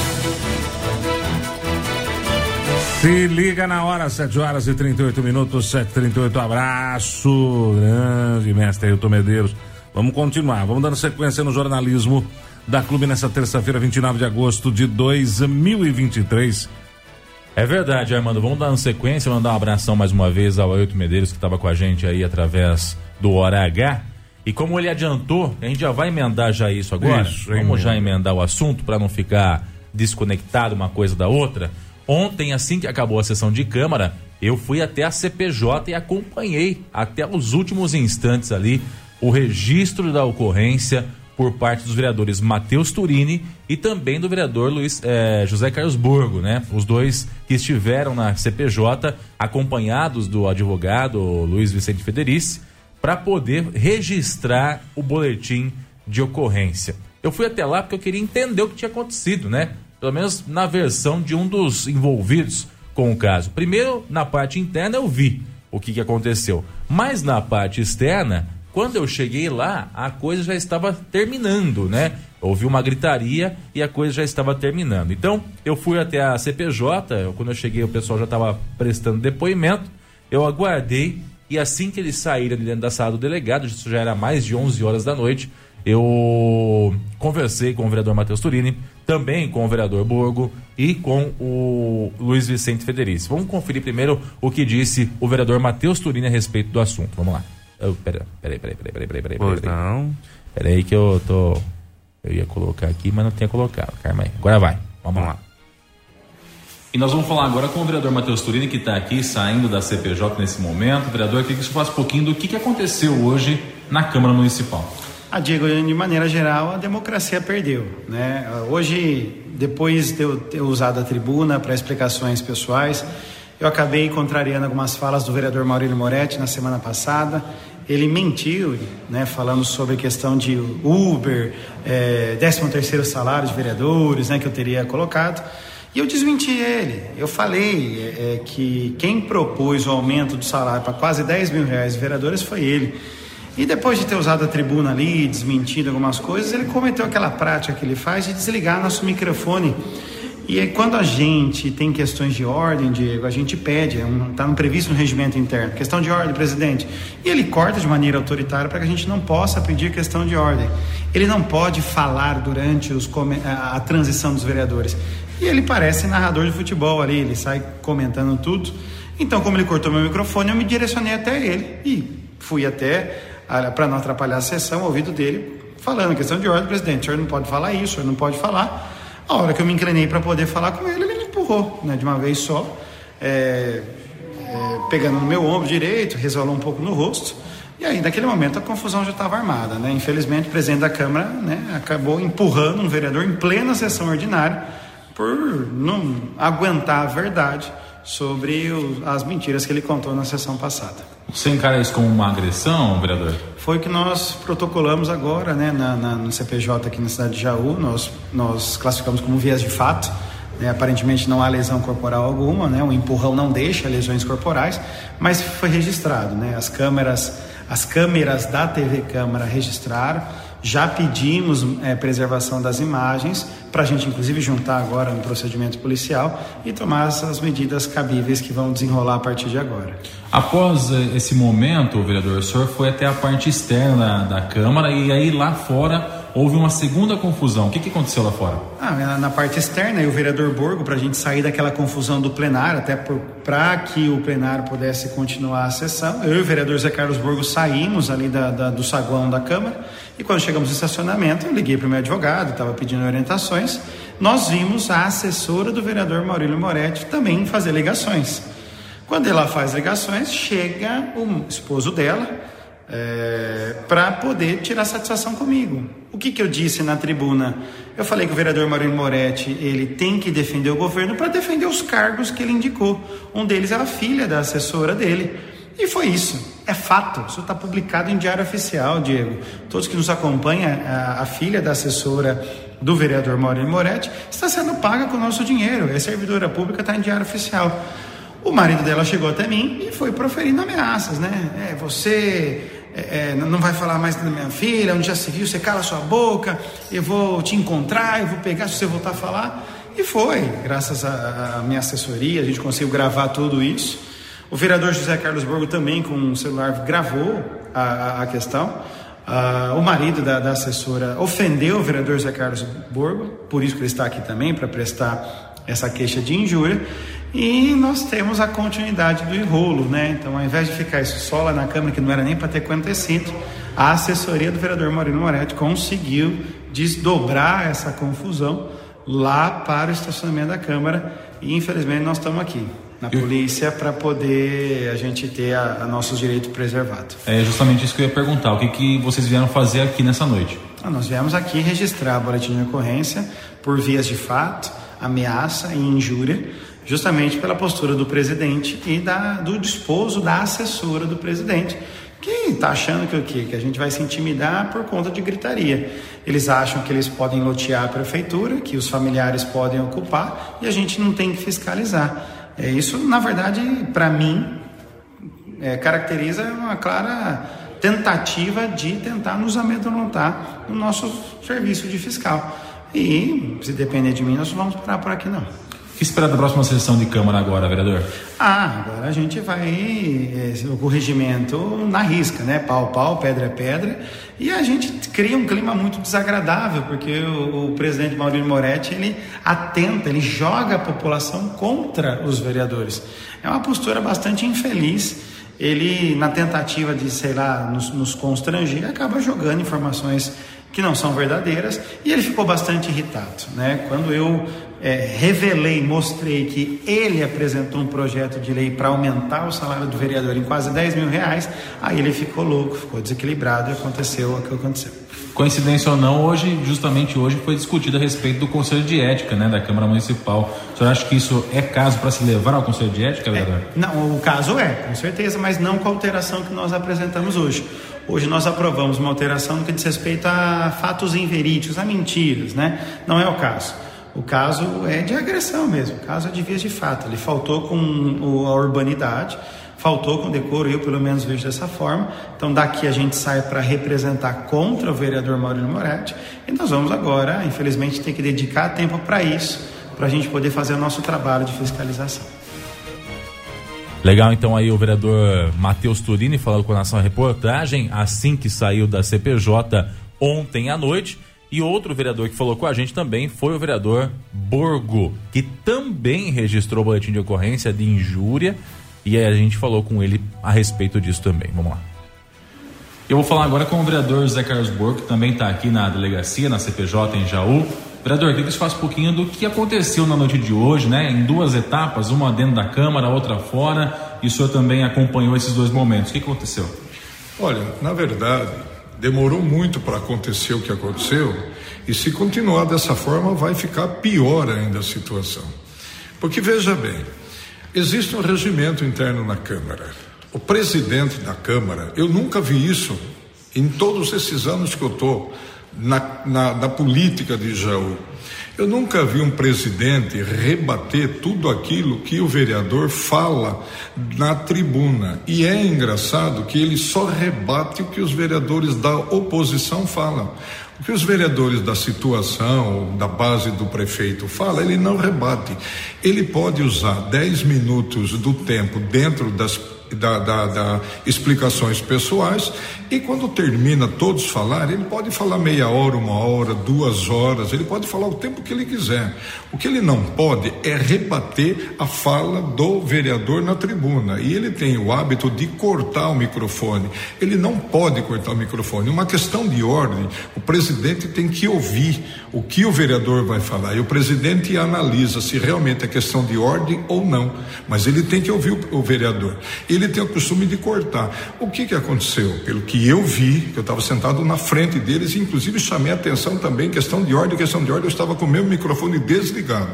Speaker 2: Se liga na hora, sete horas e trinta e oito minutos, sete e trinta e oito, abraço, grande mestre Ailton Medeiros. Vamos continuar, vamos dando sequência no jornalismo da Clube nessa terça-feira, vinte e nove de agosto de dois mil e vinte e três.
Speaker 3: É verdade, Armando. Vamos dar uma sequência, mandar um abração mais uma vez ao Ailton Medeiros, que estava com a gente aí através do Hora H. E como ele adiantou, a gente já vai emendar já isso agora.
Speaker 2: Isso,
Speaker 3: Vamos
Speaker 2: emenda.
Speaker 3: já emendar o assunto para não ficar desconectado uma coisa da outra. Ontem, assim que acabou a sessão de Câmara, eu fui até a C P J e acompanhei até os últimos instantes ali o registro da ocorrência por parte dos vereadores Matheus Turini e também do vereador Luiz, eh, José Carlos Borgo, né? Os dois que estiveram na C P J acompanhados do advogado Luiz Vicente Federici para poder registrar o boletim de ocorrência. Eu fui até lá porque eu queria entender o que tinha acontecido, né? Pelo menos na versão de um dos envolvidos com o caso. Primeiro, na parte interna eu vi o que, que aconteceu, mas na parte externa, quando eu cheguei lá, a coisa já estava terminando, né? Houve uma gritaria e a coisa já estava terminando. Então, eu fui até a C P J, eu, quando eu cheguei o pessoal já estava prestando depoimento, eu aguardei e assim que eles saíram de dentro da sala do delegado, isso já era mais de onze horas da noite, eu conversei com o vereador Matheus Turini, também com o vereador Borgo e com o Luiz Vicente Federici. Vamos conferir primeiro o que disse o vereador Matheus Turini a respeito do assunto. Vamos lá. Oh, pera, peraí, peraí, peraí, peraí, peraí, peraí.
Speaker 2: Pois
Speaker 3: peraí.
Speaker 2: não.
Speaker 3: Peraí que eu tô... Eu ia colocar aqui, mas não tinha colocado. Calma aí. Agora vai. Vamos lá. E nós vamos falar agora com o vereador Matheus Turini, que está aqui saindo da C P J nesse momento. Vereador, eu queria que você falasse um pouquinho do que, que aconteceu hoje na Câmara Municipal.
Speaker 5: Ah, Diego, de maneira geral, a democracia perdeu, né? Hoje, depois de eu ter usado a tribuna para explicações pessoais, eu acabei contrariando algumas falas do vereador Maurílio Moretti na semana passada. Ele mentiu, né, falando sobre a questão de Uber, é, décimo terceiro salário de vereadores, né, que eu teria colocado. E eu desmenti ele. Eu falei é, é, que quem propôs o aumento do salário para quase dez mil reais de vereadores foi ele. E depois de ter usado a tribuna ali, desmentido algumas coisas, ele cometeu aquela prática que ele faz de desligar nosso microfone. E aí, quando a gente tem questões de ordem, Diego, a gente pede, está um, previsto no regimento interno, questão de ordem, presidente, e ele corta de maneira autoritária para que a gente não possa pedir questão de ordem. Ele não pode falar durante os, a, a transição dos vereadores. E ele parece narrador de futebol ali, ele sai comentando tudo. Então, como ele cortou meu microfone, eu me direcionei até ele e fui até, para não atrapalhar a sessão, ao ouvido dele, falando questão de ordem, presidente, o senhor não pode falar isso, o senhor não pode falar. A hora que eu me inclinei para poder falar com ele, ele me empurrou, né, de uma vez só, é, é, pegando no meu ombro direito, resvalou um pouco no rosto, e aí naquele momento a confusão já estava armada, né? Infelizmente o presidente da Câmara, né, acabou empurrando um vereador em plena sessão ordinária por não aguentar a verdade sobre o, as mentiras que ele contou na sessão passada.
Speaker 3: Você encara isso como uma agressão, vereador?
Speaker 5: Foi o que nós protocolamos agora, né, na, na, no C P J aqui na cidade de Jaú. Nós, nós classificamos como vias de fato, né? Aparentemente não há lesão corporal alguma, né? O empurrão não deixa lesões corporais, mas foi registrado, né? As câmeras, as câmeras da T V Câmara registraram. Já pedimos é, preservação das imagens para a gente inclusive juntar agora no procedimento policial e tomar as medidas cabíveis que vão desenrolar a partir de agora.
Speaker 3: Após esse momento, vereador, o senhor foi até a parte externa da, da Câmara e aí lá fora houve uma segunda confusão. O que, que aconteceu lá fora?
Speaker 5: Ah, na parte externa, e o vereador Borgo, para a gente sair daquela confusão do plenário, até para que o plenário pudesse continuar a sessão, eu e o vereador Zé Carlos Borgo saímos ali da, da, do saguão da Câmara, e quando chegamos no estacionamento, eu liguei para o meu advogado, estava pedindo orientações, nós vimos a assessora do vereador Maurílio Moretti também fazer ligações. Quando ela faz ligações, chega o esposo dela, É, para poder tirar satisfação comigo. O que, que eu disse na tribuna? Eu falei que o vereador Maurílio Moretti, ele tem que defender o governo para defender os cargos que ele indicou. Um deles é a filha da assessora dele. E foi isso. É fato. Isso está publicado em Diário Oficial, Diego. Todos que nos acompanham, a, a filha da assessora do vereador Maurílio Moretti está sendo paga com o nosso dinheiro. É servidora pública, está em Diário Oficial. O marido dela chegou até mim e foi proferindo ameaças, né? É, você... É, não vai falar mais da minha filha, onde já se viu, você cala sua boca, eu vou te encontrar, eu vou pegar se você voltar a falar. E foi, graças à minha assessoria, a gente conseguiu gravar tudo isso. O vereador José Carlos Borgo também com um celular gravou a, a questão. Ah, o marido da, da assessora ofendeu o vereador José Carlos Borgo, por isso que ele está aqui também, para prestar essa queixa de injúria. E nós temos a continuidade do enrolo, né? Então, ao invés de ficar isso só lá na Câmara, que não era nem para ter acontecido, a assessoria do vereador Maurílio Moretti conseguiu desdobrar essa confusão lá para o estacionamento da Câmara, e infelizmente nós estamos aqui na polícia para poder a gente ter a, a nossos direitos preservados.
Speaker 10: É justamente isso que eu ia perguntar, o que, que vocês vieram fazer aqui nessa noite?
Speaker 5: Ah, nós viemos aqui registrar boletim de ocorrência por vias de fato, ameaça e injúria, justamente pela postura do presidente e da, do desposo da assessora do presidente, que está achando que o quê? Que a gente vai se intimidar por conta de gritaria. Eles acham que eles podem lotear a prefeitura, que os familiares podem ocupar e a gente não tem que fiscalizar. É, isso, na verdade, para mim, é, caracteriza uma clara tentativa de tentar nos amedrontar no nosso serviço de fiscal. E, se depender de mim, nós não vamos parar por aqui, não.
Speaker 10: O que esperar da próxima sessão de Câmara agora, vereador?
Speaker 5: Ah, agora a gente vai, é, o regimento na risca, né? Pau, pau, pedra, pedra. E a gente cria um clima muito desagradável, porque o, o presidente Maurílio Moretti, ele atenta, ele joga a população contra os vereadores. É uma postura bastante infeliz. Ele, na tentativa de, sei lá, nos, nos constranger, acaba jogando informações que não são verdadeiras, e ele ficou bastante irritado, né? Quando eu é, revelei, mostrei que ele apresentou um projeto de lei para aumentar o salário do vereador em quase dez mil reais, aí ele ficou louco, ficou desequilibrado e aconteceu o que aconteceu.
Speaker 10: Coincidência ou não, hoje, justamente hoje, foi discutido a respeito do Conselho de Ética, né, da Câmara Municipal. O senhor acha que isso é caso para se levar ao Conselho de Ética, vereador?
Speaker 5: É, não, o caso é, com certeza, mas não com a alteração que nós apresentamos hoje. Hoje nós aprovamos uma alteração no que diz respeito a fatos inverídicos, a mentiras, né? Não é o caso. O caso é de agressão mesmo, o caso é de vias de fato. Ele faltou com a urbanidade, faltou com decoro, eu pelo menos vejo dessa forma. Então daqui a gente sai para representar contra o vereador Maurílio Moretti, e nós vamos agora, infelizmente, ter que dedicar tempo para isso, para a gente poder fazer o nosso trabalho de fiscalização.
Speaker 3: Legal, então aí o vereador Matheus Turini falando com a nossa reportagem, assim que saiu da C P J ontem à noite. E outro vereador que falou com a gente também foi o vereador Borgo, que também registrou o boletim de ocorrência de injúria, e a gente falou com ele a respeito disso também. Vamos lá.
Speaker 10: Eu vou falar agora com o vereador José Carlos Borgo, que também está aqui na delegacia, na C P J em Jaú. Vereador, queria que você faça um pouquinho do que aconteceu na noite de hoje, né? Em duas etapas, uma dentro da Câmara, outra fora, e o senhor também acompanhou esses dois momentos. O que aconteceu?
Speaker 11: Olha, na verdade, demorou muito para acontecer o que aconteceu, e se continuar dessa forma vai ficar pior ainda a situação. Porque veja bem, existe um regimento interno na Câmara. O presidente da Câmara, eu nunca vi isso em todos esses anos que eu estou na, na, na política de Jaú. Eu nunca vi um presidente rebater tudo aquilo que o vereador fala na tribuna. E é engraçado que ele só rebate o que os vereadores da oposição falam. O que os vereadores da situação, da base do prefeito falam, ele não rebate. Ele pode usar dez minutos do tempo dentro das Da, da, da explicações pessoais, e quando termina todos falarem, ele pode falar meia hora, uma hora, duas horas, ele pode falar o tempo que ele quiser. O que ele não pode é rebater a fala do vereador na tribuna, e ele tem o hábito de cortar o microfone. Ele não pode cortar o microfone. Uma questão de ordem, o presidente tem que ouvir o que o vereador vai falar, e o presidente analisa se realmente é questão de ordem ou não, mas ele tem que ouvir o, o vereador. Ele tem o costume de cortar. O que que aconteceu? Pelo que eu vi, que eu estava sentado na frente deles, e inclusive chamei a atenção também, questão de ordem, questão de ordem, eu estava com o meu microfone desligado.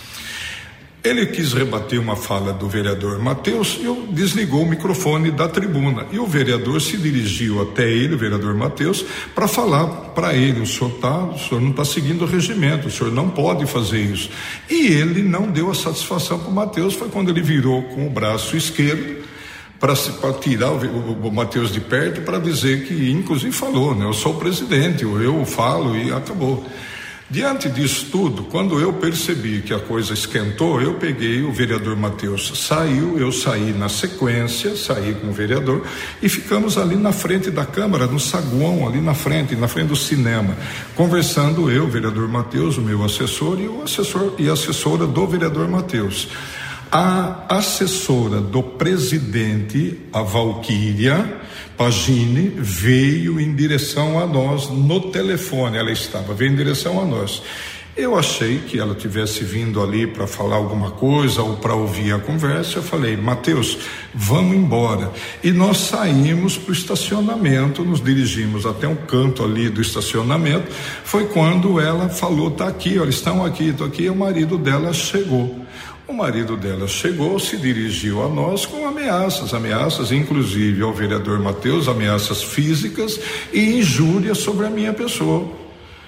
Speaker 11: Ele quis rebater uma fala do vereador Matheus, e eu desligou o microfone da tribuna, e o vereador se dirigiu até ele, o vereador Matheus, para falar para ele: o senhor, tá, o senhor não está seguindo o regimento, o senhor não pode fazer isso. E ele não deu a satisfação para o Matheus. Foi quando ele virou com o braço esquerdo para tirar o, o, o Matheus de perto, para dizer que, inclusive falou, né, eu sou o presidente, eu, eu falo, e acabou. Diante disso tudo, quando eu percebi que a coisa esquentou, eu peguei o vereador Matheus, saiu, eu saí na sequência, saí com o vereador, e ficamos ali na frente da Câmara, no saguão, ali na frente, na frente do cinema, conversando eu, o vereador Matheus, o meu assessor, e o assessor e a assessora do vereador Matheus. A assessora do presidente, a Valquíria Pagini, veio em direção a nós no telefone. Ela estava, veio em direção a nós. Eu achei que ela tivesse vindo ali para falar alguma coisa ou para ouvir a conversa. Eu falei: Mateus, vamos embora. E nós saímos para o estacionamento, nos dirigimos até um canto ali do estacionamento. Foi quando ela falou: tá aqui, olha, estão aqui, estou aqui. E o marido dela chegou. O marido dela chegou, se dirigiu a nós com ameaças, ameaças inclusive ao vereador Mateus, ameaças físicas e injúrias sobre a minha pessoa.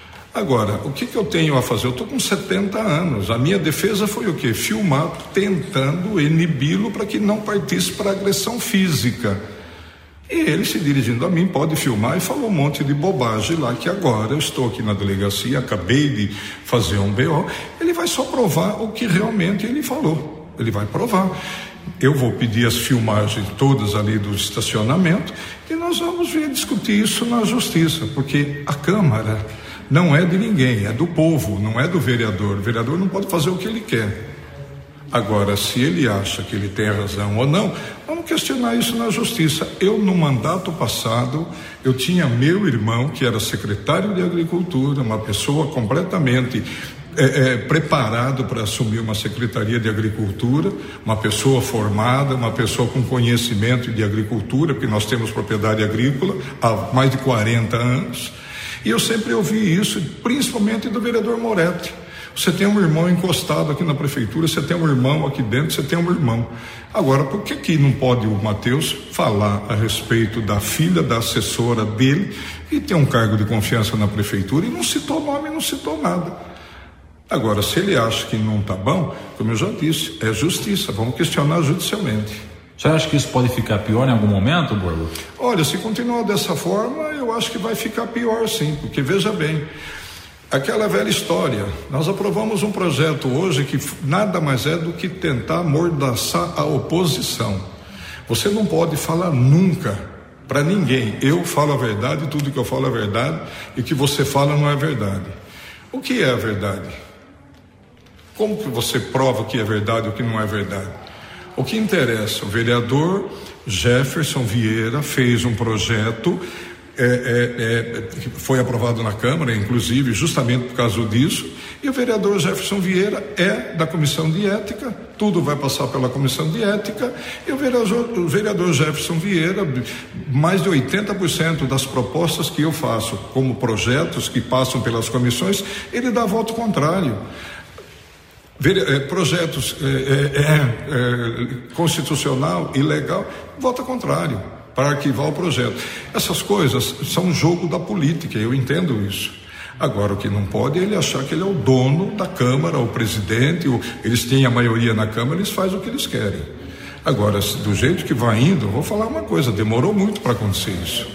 Speaker 11: Agora, o que, que eu tenho a fazer? Eu estou com setenta anos, a minha defesa foi o quê? Filmar, tentando inibi-lo para que não partisse para agressão física. E ele, se dirigindo a mim, pode filmar, e falou um monte de bobagem lá, que agora eu estou aqui na delegacia, acabei de fazer um B O, ele vai só provar o que realmente ele falou, ele vai provar. Eu vou pedir as filmagens todas ali do estacionamento e nós vamos vir discutir isso na justiça, porque a Câmara não é de ninguém, é do povo, não é do vereador. O vereador não pode fazer o que ele quer. Agora, se ele acha que ele tem razão ou não, vamos questionar isso na justiça. Eu, no mandato passado, eu tinha meu irmão, que era secretário de Agricultura, uma pessoa completamente é, é, preparado para assumir uma secretaria de Agricultura, uma pessoa formada, uma pessoa com conhecimento de agricultura, porque nós temos propriedade agrícola há mais de quarenta anos. E eu sempre ouvi isso, principalmente do vereador Moretti. Você tem um irmão encostado aqui na prefeitura, você tem um irmão aqui dentro, você tem um irmão. Agora, por que que não pode o Mateus falar a respeito da filha da assessora dele e ter um cargo de confiança na prefeitura e não citou nome, não citou nada? Agora, se ele acha que não está bom, como eu já disse, é justiça, vamos questionar judicialmente.
Speaker 10: Você acha que isso pode ficar pior em algum momento, Borgo?
Speaker 11: Olha, se continuar dessa forma, eu acho que vai ficar pior sim, porque veja bem, aquela velha história, nós aprovamos um projeto hoje que nada mais é do que tentar amordaçar a oposição. Você não pode falar nunca para ninguém: eu falo a verdade, tudo que eu falo é verdade, e o que você fala não é verdade. O que é a verdade? Como que você prova o que é verdade e o que não é verdade? O que interessa, o vereador Jefferson Vieira fez um projeto, é, é, é, que foi aprovado na Câmara, inclusive, justamente por causa disso, e o vereador Jefferson Vieira é da Comissão de Ética, tudo vai passar pela Comissão de Ética, e o vereador, o vereador Jefferson Vieira, mais de oitenta por cento das propostas que eu faço como projetos que passam pelas comissões, ele dá voto contrário. Projetos é, é, é, constitucional e legal, vota contrário para arquivar o projeto. Essas coisas são um jogo da política, eu entendo isso. Agora, o que não pode é ele achar que ele é o dono da Câmara, o presidente, o, eles têm a maioria na Câmara, eles fazem o que eles querem. Agora, do jeito que vai indo, eu vou falar uma coisa, demorou muito para acontecer isso.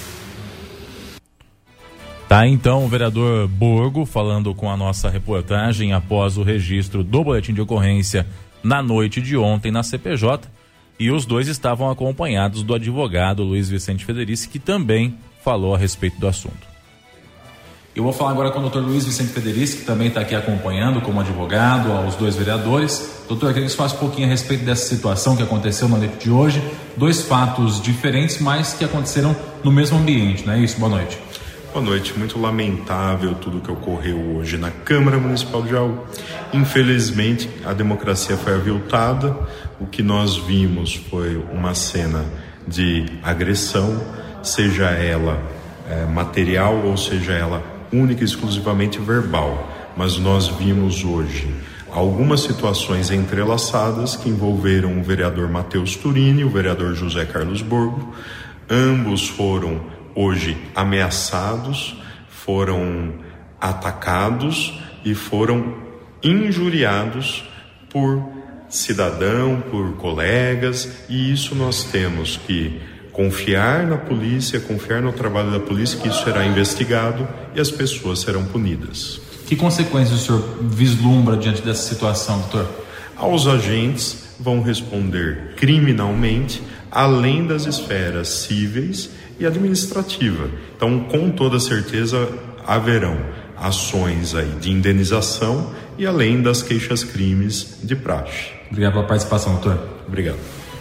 Speaker 3: Tá, então, o vereador Borgo falando com a nossa reportagem após o registro do boletim de ocorrência na noite de ontem na C P J, e os dois estavam acompanhados do advogado Luiz Vicente Federici, que também falou a respeito do assunto.
Speaker 10: Eu vou falar agora com o doutor Luiz Vicente Federici, que também está aqui acompanhando como advogado aos dois vereadores. Doutor, queria que você falasse um pouquinho a respeito dessa situação que aconteceu na noite de hoje, dois fatos diferentes, mas que aconteceram no mesmo ambiente, não é isso? Boa noite.
Speaker 12: Boa noite, muito lamentável tudo que ocorreu hoje na Câmara Municipal de Jaú. Infelizmente, a democracia foi aviltada. O que nós vimos foi uma cena de agressão, seja ela é, material ou seja ela única e exclusivamente verbal. Mas nós vimos hoje algumas situações entrelaçadas que envolveram o vereador Mateus Turini e o vereador José Carlos Borgo. Ambos foram hoje ameaçados, foram atacados e foram injuriados por cidadão, por colegas, e isso nós temos que confiar na polícia, confiar no trabalho da polícia, que isso será investigado e as pessoas serão punidas.
Speaker 10: Que consequências o senhor vislumbra diante dessa situação, doutor?
Speaker 12: Aos agentes vão responder criminalmente, além das esferas cíveis e administrativa. Então, com toda certeza, haverão ações aí de indenização e além das queixas-crimes de praxe.
Speaker 10: Obrigado pela participação, doutor.
Speaker 12: Obrigado.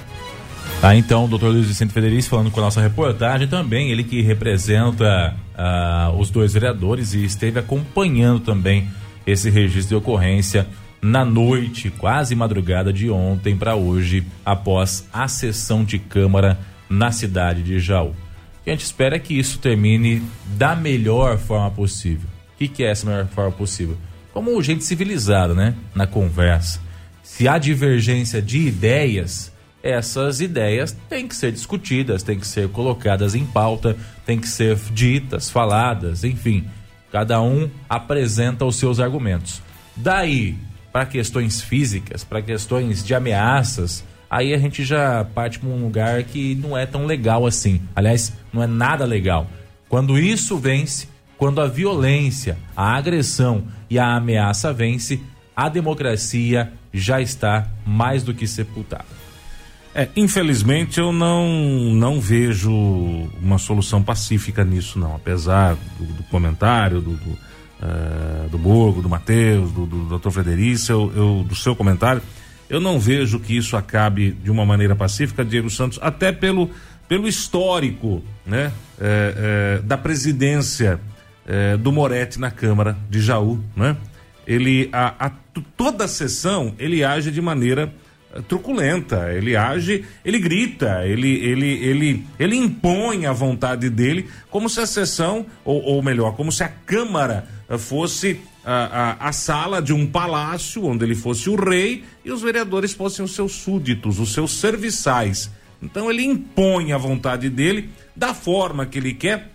Speaker 3: Tá, então, o doutor Luiz Vicente Federici falando com a nossa reportagem também, ele que representa uh, os dois vereadores e esteve acompanhando também esse registro de ocorrência na noite, quase madrugada de ontem para hoje, após a sessão de Câmara na cidade de Jaú. O que a gente espera é que isso termine da melhor forma possível. O que, que é essa melhor forma possível? Como gente civilizada, né? Na conversa. Se há divergência de ideias, essas ideias têm que ser discutidas, têm que ser colocadas em pauta, têm que ser ditas, faladas, enfim. Cada um apresenta os seus argumentos. Daí, para questões físicas, para questões de ameaças, aí a gente já parte para um lugar que não é tão legal assim. Aliás, não é nada legal. Quando isso vence, quando a violência, a agressão e a ameaça vence, a democracia já está mais do que sepultada.
Speaker 2: É, infelizmente eu não, não vejo uma solução pacífica nisso não, apesar do, do comentário do, do, uh, do Borgo, do Matheus, do, do doutor Federici, eu, eu, do seu comentário, eu não vejo que isso acabe de uma maneira pacífica, Diego Santos, até pelo, pelo histórico, né, é, é, da presidência é, do Moretti na Câmara de Jaú, né? Ele, a, a, toda a sessão, ele age de maneira truculenta, ele age, ele grita, ele, ele, ele, ele impõe a vontade dele, como se a sessão, ou, ou melhor, como se a Câmara fosse a, a, a sala de um palácio, onde ele fosse o rei e os vereadores fossem os seus súditos, os seus serviçais. Então ele impõe a vontade dele da forma que ele quer,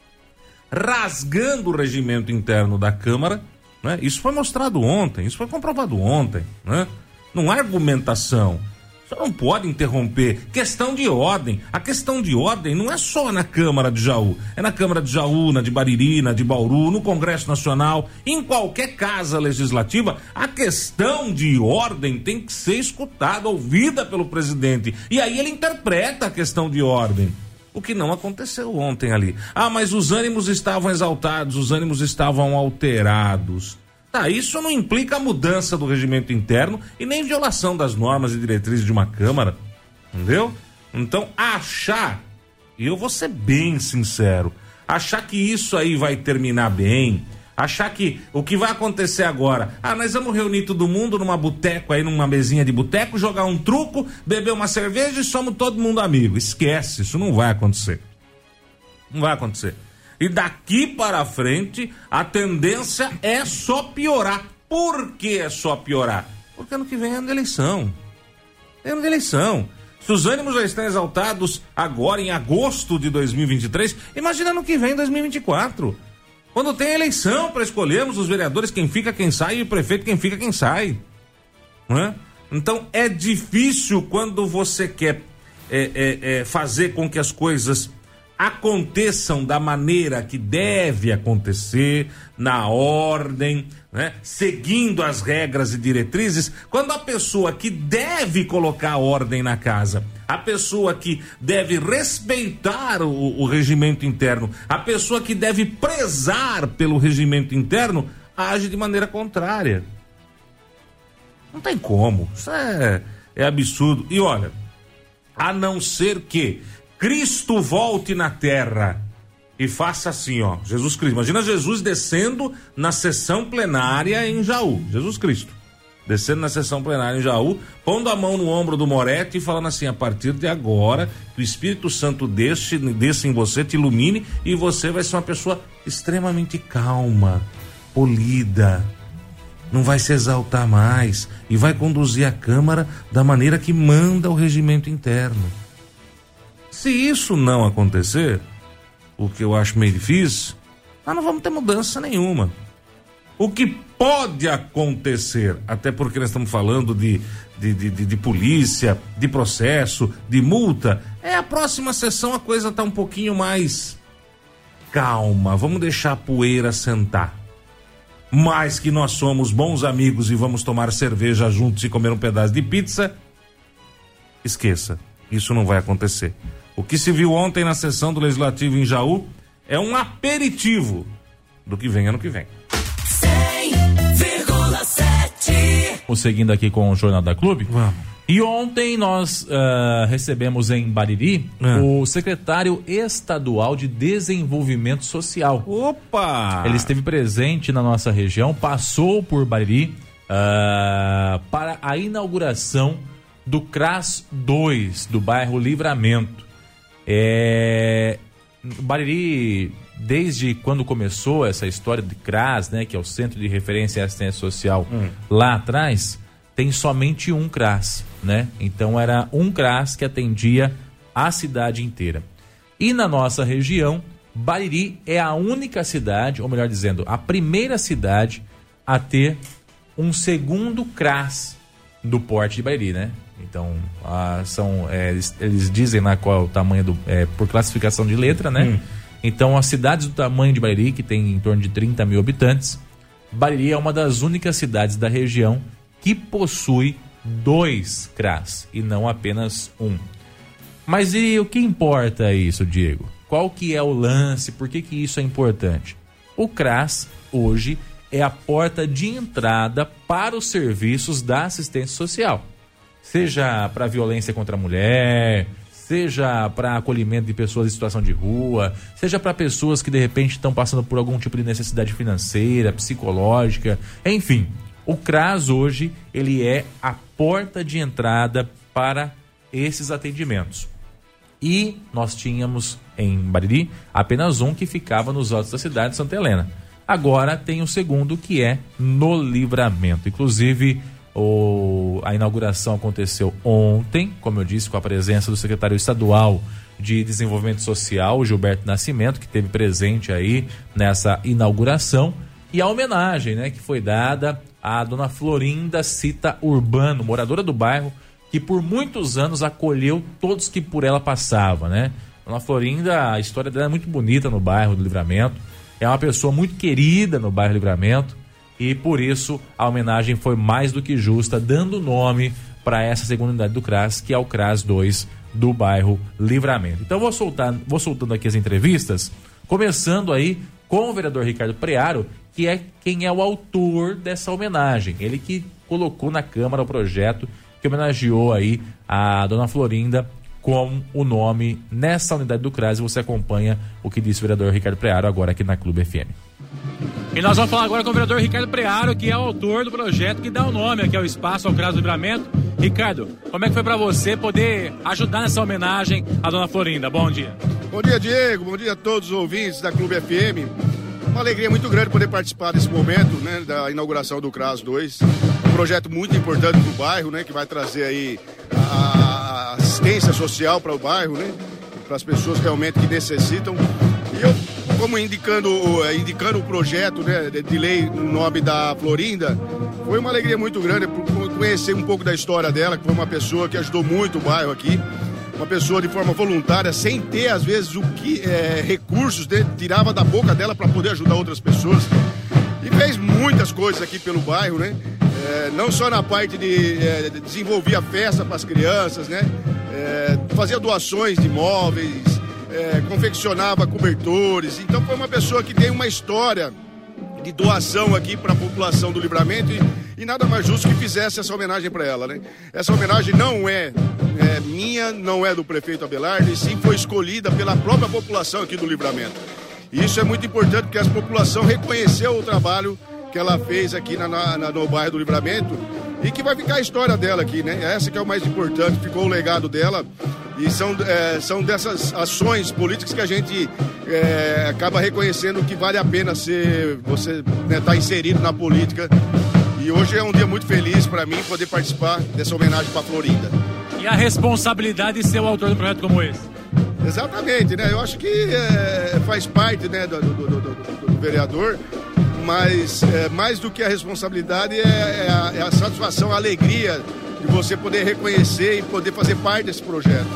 Speaker 2: rasgando o regimento interno da Câmara, né? Isso foi mostrado ontem, isso foi comprovado ontem, né? Não há argumentação. Você não pode interromper. Questão de ordem. A questão de ordem não é só na Câmara de Jaú. É na Câmara de Jaú, na de Bariri, na de Bauru, no Congresso Nacional, em qualquer casa legislativa. A questão de ordem tem que ser escutada, ouvida pelo presidente. E aí ele interpreta a questão de ordem. O que não aconteceu ontem ali. Ah, mas os ânimos estavam exaltados, os ânimos estavam alterados. Tá, isso não implica a mudança do regimento interno e nem violação das normas e diretrizes de uma Câmara, entendeu? Então, achar, e eu vou ser bem sincero, achar que isso aí vai terminar bem, achar que o que vai acontecer agora, ah, nós vamos reunir todo mundo numa boteco aí, numa mesinha de boteco, jogar um truco, beber uma cerveja e somos todo mundo amigo. Esquece, isso não vai acontecer. Não vai acontecer. E daqui para frente, a tendência é só piorar. Por que é só piorar? Porque ano que vem é ano de eleição. É ano de eleição. Se os ânimos já estão exaltados agora, em agosto de dois mil e vinte e três, imagina ano que vem, em dois mil e vinte e quatro. Quando tem eleição para escolhermos os vereadores, quem fica, quem sai, e o prefeito, quem fica, quem sai. Não é? Então, é difícil quando você quer é, é, é, fazer com que as coisas aconteçam da maneira que deve acontecer, na ordem, né? Seguindo as regras e diretrizes, quando a pessoa que deve colocar ordem na casa, a pessoa que deve respeitar o, o regimento interno, a pessoa que deve prezar pelo regimento interno, age de maneira contrária. Não tem como, isso é, é absurdo. E olha, a não ser que Cristo volte na terra e faça assim, ó, Jesus Cristo. Imagina Jesus descendo na sessão plenária em Jaú. Jesus Cristo descendo na sessão plenária em Jaú, pondo a mão no ombro do Moretti e falando assim: a partir de agora, que o Espírito Santo desce, desça em você, te ilumine e você vai ser uma pessoa extremamente calma, polida, não vai se exaltar mais e vai conduzir a Câmara da maneira que manda o regimento interno. Se isso não acontecer, o que eu acho meio difícil, nós não vamos ter mudança nenhuma. O que pode acontecer, até porque nós estamos falando de, de, de, de, de polícia, de processo, de multa, é a próxima sessão a coisa está um pouquinho mais calma, vamos deixar a poeira sentar. Mas que nós somos bons amigos e vamos tomar cerveja juntos e comer um pedaço de pizza, esqueça, isso não vai acontecer. O que se viu ontem na sessão do Legislativo em Jaú é um aperitivo do que vem ano que vem.
Speaker 3: Vamos seguindo aqui com o Jornal da Clube.
Speaker 2: Vamos.
Speaker 3: E ontem nós uh, recebemos em Bariri é. o secretário estadual de Desenvolvimento Social.
Speaker 2: Opa!
Speaker 3: Ele esteve presente na nossa região, passou por Bariri uh, para a inauguração do CRAS dois, do bairro Livramento. É... Bariri, desde quando começou essa história de CRAS, né, que é o Centro de Referência e Assistência Social, hum. lá atrás, tem somente um CRAS, né? Então era um CRAS que atendia a cidade inteira. E na nossa região, Bariri é a única cidade, ou melhor dizendo, a primeira cidade a ter um segundo CRAS do porte de Bariri, né? Então, ah, são, é, eles, eles dizem lá qual é o tamanho do, é, por classificação de letra, né? Hum. Então, as cidades do tamanho de Bariri, que tem em torno de trinta mil habitantes, Bariri é uma das únicas cidades da região que possui dois CRAS e não apenas um. Mas e o que importa isso, Diego? Qual que é o lance? Por que que isso é importante? O CRAS, hoje, é a porta de entrada para os serviços da assistência social. Seja para violência contra a mulher, seja para acolhimento de pessoas em situação de rua, seja para pessoas que de repente estão passando por algum tipo de necessidade financeira, psicológica, enfim. O CRAS hoje, ele é a porta de entrada para esses atendimentos. E nós tínhamos em Bariri apenas um que ficava nos altos da cidade de Santa Helena. Agora tem o segundo, que é no Livramento. Inclusive, o, a inauguração aconteceu ontem, como eu disse, com a presença do secretário estadual de Desenvolvimento Social, Gilberto Nascimento, que esteve presente aí nessa inauguração. E a homenagem, né, que foi dada à dona Florinda Cita Urbano, moradora do bairro, que por muitos anos acolheu todos que por ela passavam, né? Dona Florinda, a história dela é muito bonita no bairro do Livramento, é uma pessoa muito querida no bairro Livramento e por isso a homenagem foi mais do que justa, dando nome para essa segunda unidade do CRAS, que é o CRAS dois do bairro Livramento. Então vou soltar, vou soltando aqui as entrevistas, começando aí com o vereador Ricardo Prearo, que é quem é o autor dessa homenagem. Ele que colocou na Câmara o projeto que homenageou aí a dona Florinda com o nome nessa unidade do CRAS. E você acompanha o que disse o vereador Ricardo Prearo agora aqui na Clube F M.
Speaker 13: E nós vamos falar agora com o vereador Ricardo Prearo, que é o autor do projeto que dá o nome aqui ao espaço, ao CRAS do Livramento. Ricardo, como é que foi para você poder ajudar nessa homenagem à dona Florinda? Bom dia.
Speaker 14: Bom dia, Diego. Bom dia a todos os ouvintes da Clube F M. Uma alegria muito grande poder participar desse momento, né, da inauguração do CRAS dois. Um projeto muito importante para o bairro, né, que vai trazer aí a assistência social para o bairro, né, para as pessoas realmente que necessitam. E eu, como indicando, indicando o projeto, né, de lei no nome da Florinda, foi uma alegria muito grande conhecer um pouco da história dela, que foi uma pessoa que ajudou muito o bairro aqui. Uma pessoa de forma voluntária, sem ter às vezes o que é, recursos, né, tirava da boca dela para poder ajudar outras pessoas e fez muitas coisas aqui pelo bairro, né? É, não só na parte de, é, de desenvolver a festa para as crianças, né? É, fazia doações de imóveis, é, confeccionava cobertores. Então foi uma pessoa que tem uma história de doação aqui para a população do Livramento e, e nada mais justo que fizesse essa homenagem para ela, né? Essa homenagem não é, é minha, não é do prefeito Abelardo, e sim foi escolhida pela própria população aqui do Livramento. E isso é muito importante porque a população reconheceu o trabalho que ela fez aqui na, na, no bairro do Livramento e que vai ficar a história dela aqui, né? Essa que é o mais importante, ficou o legado dela. E são, é, são dessas ações políticas que a gente é, acaba reconhecendo que vale a pena ser, você né, tá inserido na política. E hoje é um dia muito feliz para mim poder participar dessa homenagem para Florinda.
Speaker 13: E a responsabilidade de ser o autor de um projeto como esse?
Speaker 14: Exatamente, né? Eu acho que é, faz parte, né, do, do, do, do, do vereador, mas é, mais do que a responsabilidade é, é, a, é a satisfação, a alegria de você poder reconhecer e poder fazer parte desse projeto.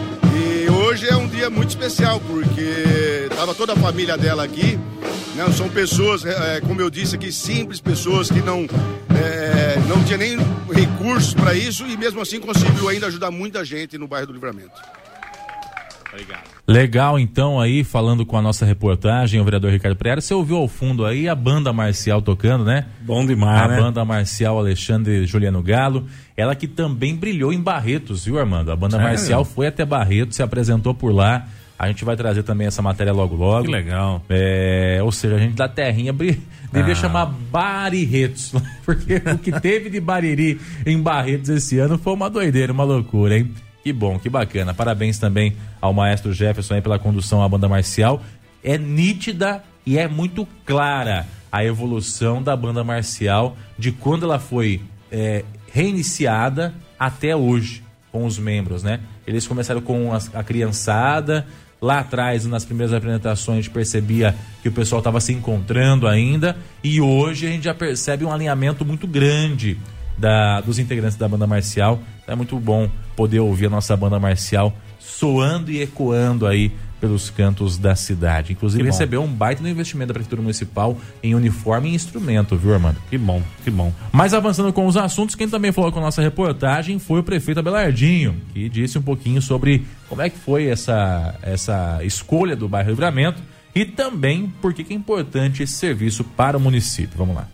Speaker 14: E hoje é um dia muito especial, porque estava toda a família dela aqui, né? São pessoas, é, como eu disse aqui, simples pessoas que não, é, não tinha nem recursos para isso e mesmo assim conseguiu ainda ajudar muita gente no bairro do Livramento.
Speaker 10: Obrigado.
Speaker 3: Legal, então, aí, falando com a nossa reportagem, o vereador Ricardo Preara, você ouviu ao fundo aí a banda marcial tocando, né?
Speaker 2: Bom demais,
Speaker 3: a
Speaker 2: né?
Speaker 3: A banda marcial Alexandre Juliano Galo, ela que também brilhou em Barretos, viu, Armando? A banda
Speaker 2: Sério?
Speaker 3: marcial foi até Barretos, se apresentou por lá. A gente vai trazer também essa matéria logo logo.
Speaker 2: Que legal.
Speaker 3: É, ou seja, a gente da terrinha bri... devia
Speaker 2: Ah.
Speaker 3: chamar Barirretos, porque o que teve de Bariri em Barretos esse ano foi uma doideira, uma loucura, hein? Que bom, que bacana. Parabéns também ao maestro Jefferson aí pela condução à banda marcial. É nítida e é muito clara a evolução da banda marcial de quando ela foi é, reiniciada até hoje com os membros, né? Eles começaram com a, a criançada. Lá atrás, nas primeiras apresentações, a gente percebia que o pessoal estava se encontrando ainda. E hoje a gente já percebe um alinhamento muito grande da, dos integrantes da banda marcial. É muito bom poder ouvir a nossa banda marcial soando e ecoando aí pelos cantos da cidade. Inclusive recebeu um baita no investimento da Prefeitura Municipal em uniforme e instrumento, viu, Armando?
Speaker 2: Que bom, que bom.
Speaker 3: Mas avançando com os assuntos, quem também falou com a nossa reportagem foi o prefeito Abelardinho, que disse um pouquinho sobre como é que foi essa, essa escolha do bairro Livramento e também por que é importante esse serviço para o município. Vamos lá.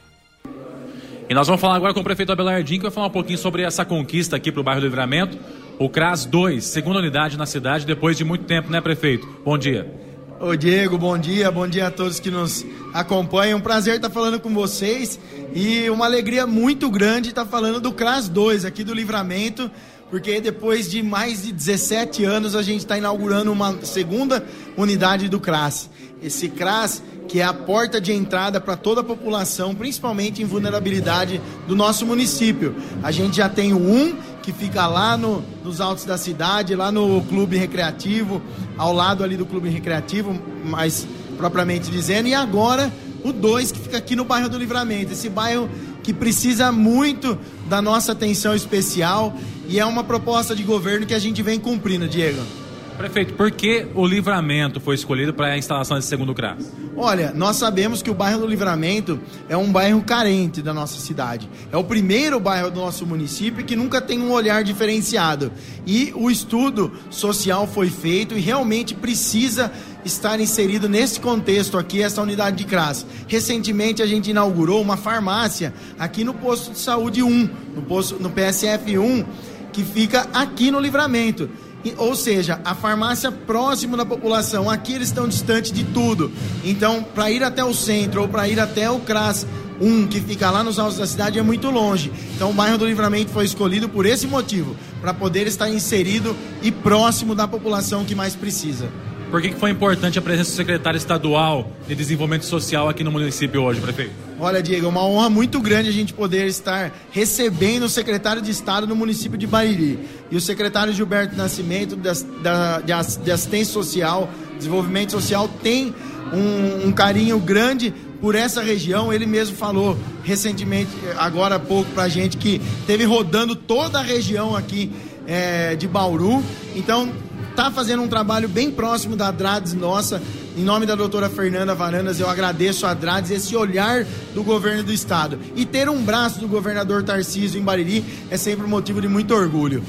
Speaker 10: E nós vamos falar agora com o prefeito Abelardinho, que vai falar um pouquinho sobre essa conquista aqui para o bairro Livramento. O CRAS dois, segunda unidade na cidade, depois de muito tempo, né, prefeito? Bom dia.
Speaker 15: Ô Diego, bom dia, bom dia a todos que nos acompanham. Um prazer estar falando com vocês e uma alegria muito grande estar falando do CRAS dois aqui do Livramento, porque depois de mais de dezessete anos a gente está inaugurando uma segunda unidade do CRAS. Esse CRAS que é a porta de entrada para toda a população, principalmente em vulnerabilidade do nosso município. A gente já tem o um, que fica lá no, nos altos da cidade, lá no clube recreativo, ao lado ali do clube recreativo, mais propriamente dizendo, e agora o dois, que fica aqui no bairro do Livramento, esse bairro que precisa muito da nossa atenção especial, e é uma proposta de governo que a gente vem cumprindo, Diego.
Speaker 10: Prefeito, por que o Livramento foi escolhido para a instalação desse segundo CRAS?
Speaker 15: Olha, nós sabemos que o bairro do Livramento é um bairro carente da nossa cidade. É o primeiro bairro do nosso município que nunca tem um olhar diferenciado. E o estudo social foi feito e realmente precisa estar inserido nesse contexto aqui, essa unidade de CRAS. Recentemente a gente inaugurou uma farmácia aqui no posto de saúde um, no, posto, no P S F um, que fica aqui no Livramento. Ou seja, a farmácia próximo da população, aqui eles estão distantes de tudo. Então, para ir até o centro ou para ir até o CRAS um, que fica lá nos altos da cidade, é muito longe. Então, o bairro do Livramento foi escolhido por esse motivo, para poder estar inserido e próximo da população que mais precisa.
Speaker 10: Por que que foi importante a presença do secretário estadual de desenvolvimento social aqui no município hoje, prefeito?
Speaker 15: Olha, Diego, é uma honra muito grande a gente poder estar recebendo o secretário de Estado no município de Bariri. E o secretário Gilberto Nascimento, da, da, de assistência social, desenvolvimento social, tem um, um carinho grande por essa região. Ele mesmo falou recentemente, agora há pouco, pra gente, que teve rodando toda a região aqui é, de Bauru. Então, está fazendo um trabalho bem próximo da Adrades nossa. Em nome da doutora Fernanda Varandas, eu agradeço a Adrades esse olhar do governo do estado. E ter um braço do governador Tarcísio em Bariri é sempre um motivo de muito orgulho.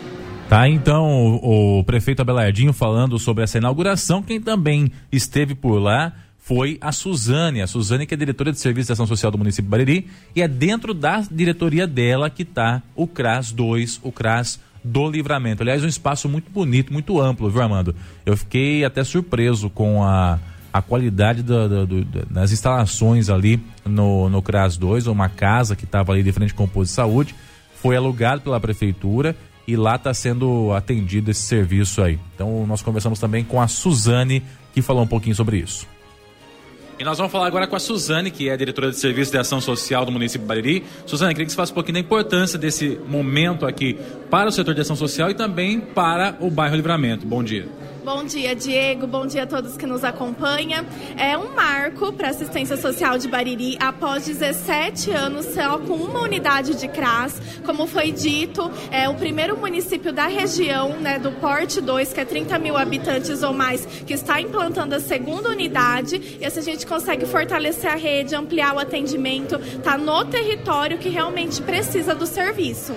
Speaker 3: Tá, então, o, o prefeito Abelardinho falando sobre essa inauguração. Quem também esteve por lá foi a Suzane. A Suzane, que é diretora de Serviço de Ação Social do município de Bariri, e é dentro da diretoria dela que está o CRAS dois, o CRAS do Livramento. Aliás, um espaço muito bonito, muito amplo, viu, Armando? Eu fiquei até surpreso com a, a qualidade do, do, do, das instalações ali no, no CRAS dois, uma casa que estava ali de frente com o posto de saúde, foi alugado pela prefeitura e lá está sendo atendido esse serviço aí. Então, nós conversamos também com a Suzane, que falou um pouquinho sobre isso.
Speaker 10: E nós vamos falar agora com a Suzane, que é a diretora de Serviço de Ação Social do município de Bariri. Suzane, queria que você falasse um pouquinho da importância desse momento aqui para o setor de ação social e também para o bairro Livramento. Bom dia.
Speaker 16: Bom dia, Diego. Bom dia a todos que nos acompanham. É um marco para a assistência social de Bariri após dezessete anos só com uma unidade de CRAS. Como foi dito, é o primeiro município da região, né, do Porte dois, que é trinta mil habitantes ou mais, que está implantando a segunda unidade. E assim a gente consegue fortalecer a rede, ampliar o atendimento, tá no território que realmente precisa do serviço.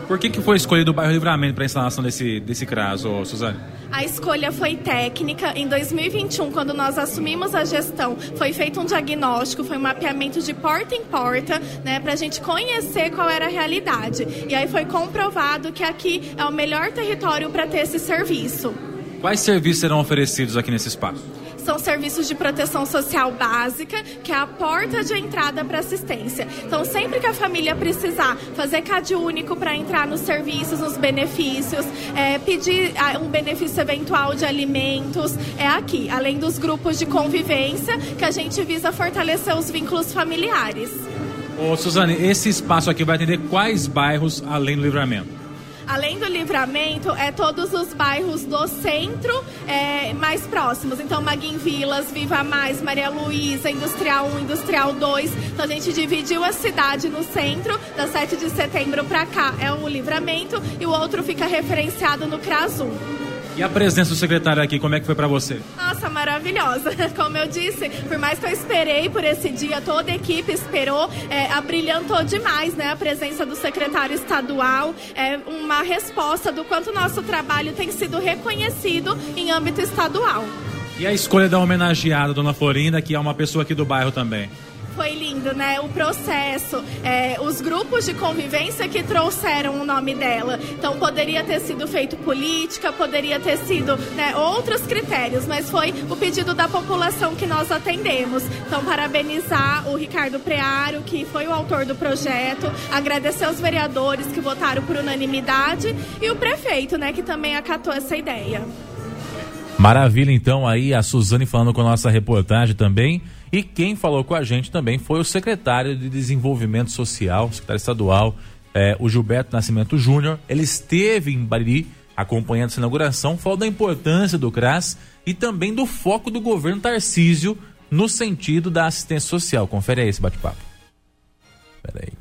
Speaker 13: Por que, que foi escolhido o bairro Livramento para a instalação desse, desse CRAS, ô, Suzane?
Speaker 16: A escolha foi técnica. Em dois mil e vinte e um, quando nós assumimos a gestão, foi feito um diagnóstico, foi um mapeamento de porta em porta, né, para a gente conhecer qual era a realidade. E aí foi comprovado que aqui é o melhor território para ter esse serviço.
Speaker 13: Quais serviços serão oferecidos aqui nesse espaço?
Speaker 16: São serviços de proteção social básica, que é a porta de entrada para assistência. Então, sempre que a família precisar fazer CAD único para entrar nos serviços, nos benefícios, é, pedir um benefício eventual de alimentos, é aqui. Além dos grupos de convivência, que a gente visa fortalecer os vínculos familiares.
Speaker 13: Ô, Suzane, esse espaço aqui vai atender quais bairros além do Livramento?
Speaker 16: Além do Livramento, é todos os bairros do centro é, mais próximos. Então, Maguim Vilas, Viva Mais, Maria Luísa, Industrial um, Industrial dois. Então, a gente dividiu a cidade no centro, da sete de setembro para cá é o Livramento, e o outro fica referenciado no CRAS um.
Speaker 13: E a presença do secretário aqui, como é que foi para você?
Speaker 16: Nossa, maravilhosa. Como eu disse, por mais que eu esperei por esse dia, toda a equipe esperou, é, abrilhantou demais, né? A presença do secretário estadual, é uma resposta do quanto o nosso trabalho tem sido reconhecido em âmbito estadual.
Speaker 13: E a escolha da homenageada, Dona Florinda, que é uma pessoa aqui do bairro também?
Speaker 16: Foi lindo, né? O processo, é, os grupos de convivência que trouxeram o nome dela. Então, poderia ter sido feito política, poderia ter sido, né, outros critérios, mas foi o pedido da população que nós atendemos. Então, parabenizar o Ricardo Prearo, que foi o autor do projeto, agradecer aos vereadores que votaram por unanimidade e o prefeito, né, que também acatou essa ideia.
Speaker 3: Maravilha, então, aí a Suzane falando com a nossa reportagem também. E quem falou com a gente também foi o secretário de Desenvolvimento Social, secretário estadual, eh, o Gilberto Nascimento Júnior. Ele esteve em Bariri acompanhando essa inauguração, falou da importância do CRAS e também do foco do governo Tarcísio no sentido da assistência social. Confere aí esse bate-papo. Espera aí.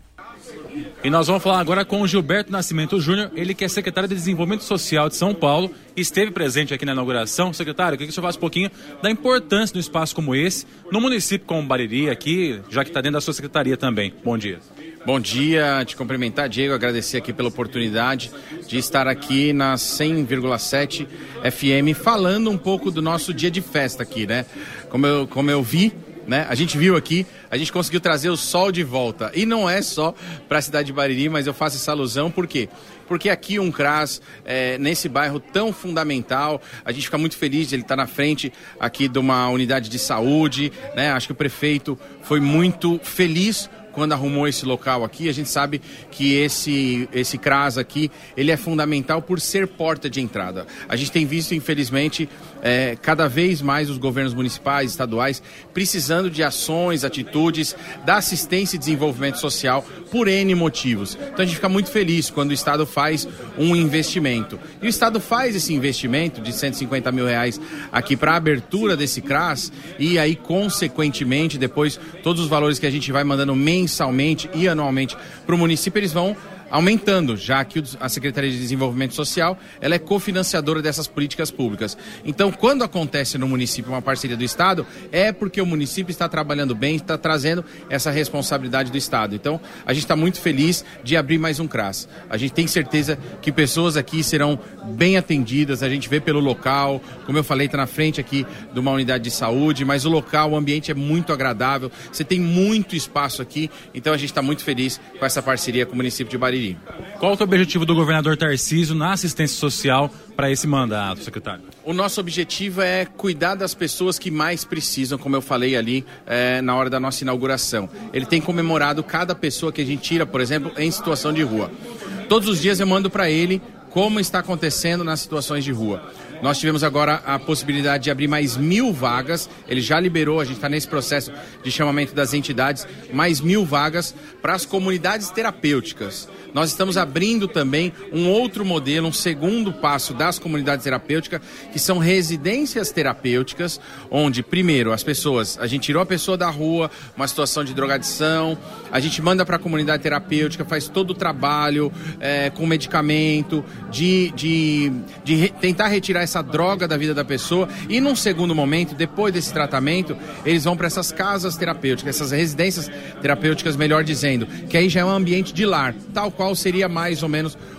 Speaker 13: E nós vamos falar agora com o Gilberto Nascimento Júnior, ele que é secretário de Desenvolvimento Social de São Paulo, esteve presente aqui na inauguração. Secretário, eu queria que o senhor falasse um pouquinho da importância de um espaço como esse, no município como Bariri, aqui, já que está dentro da sua secretaria também. Bom dia.
Speaker 17: Bom dia, te cumprimentar, Diego, agradecer aqui pela oportunidade de estar aqui na cem vírgula sete F M falando um pouco do nosso dia de festa aqui, né? Como eu, como eu vi, né? A gente viu aqui, a gente conseguiu trazer o sol de volta. E não é só para a cidade de Bariri, mas eu faço essa alusão, por quê? Porque aqui um CRAS, é, nesse bairro tão fundamental, a gente fica muito feliz de ele estar na frente aqui de uma unidade de saúde, né? Acho que o prefeito foi muito feliz quando arrumou esse local aqui. A gente sabe que esse, esse CRAS aqui, ele é fundamental por ser porta de entrada. A gente tem visto, infelizmente, é, cada vez mais os governos municipais, estaduais, precisando de ações, atitudes, da assistência e desenvolvimento social por N motivos. Então a gente fica muito feliz quando o Estado faz um investimento. E o Estado faz esse investimento de cento e cinquenta mil reais aqui para a abertura desse CRAS e aí, consequentemente, depois, todos os valores que a gente vai mandando mensalmente mensalmente e anualmente para o município, eles vão aumentando, já que a Secretaria de Desenvolvimento Social, ela é cofinanciadora dessas políticas públicas. Então, quando acontece no município uma parceria do Estado, é porque o município está trabalhando bem, está trazendo essa responsabilidade do Estado. Então, a gente está muito feliz de abrir mais um CRAS. A gente tem certeza que pessoas aqui serão bem atendidas, a gente vê pelo local, como eu falei, está na frente aqui de uma unidade de saúde, mas o local, o ambiente é muito agradável, você tem muito espaço aqui, então a gente está muito feliz com essa parceria com o município de Bariri.
Speaker 13: Qual que é o objetivo do governador Tarcísio na assistência social para esse mandato, secretário?
Speaker 17: O nosso objetivo é cuidar das pessoas que mais precisam, como eu falei ali é, na hora da nossa inauguração. Ele tem comemorado cada pessoa que a gente tira, por exemplo, em situação de rua. Todos os dias eu mando para ele como está acontecendo nas situações de rua. Nós tivemos agora a possibilidade de abrir mais mil vagas, ele já liberou, a gente está nesse processo de chamamento das entidades, mais mil vagas para as comunidades terapêuticas. Nós estamos abrindo também um outro modelo, um segundo passo das comunidades terapêuticas, que são residências terapêuticas, onde, primeiro, as pessoas, a gente tirou a pessoa da rua, uma situação de drogadição, a gente manda para a comunidade terapêutica, faz todo o trabalho é, com medicamento, de, de, de re, tentar retirar essa droga da vida da pessoa, e num segundo momento, depois desse tratamento, eles vão para essas casas terapêuticas, essas residências terapêuticas, melhor dizendo, que aí já é um ambiente de lar, tal qual seria mais ou menos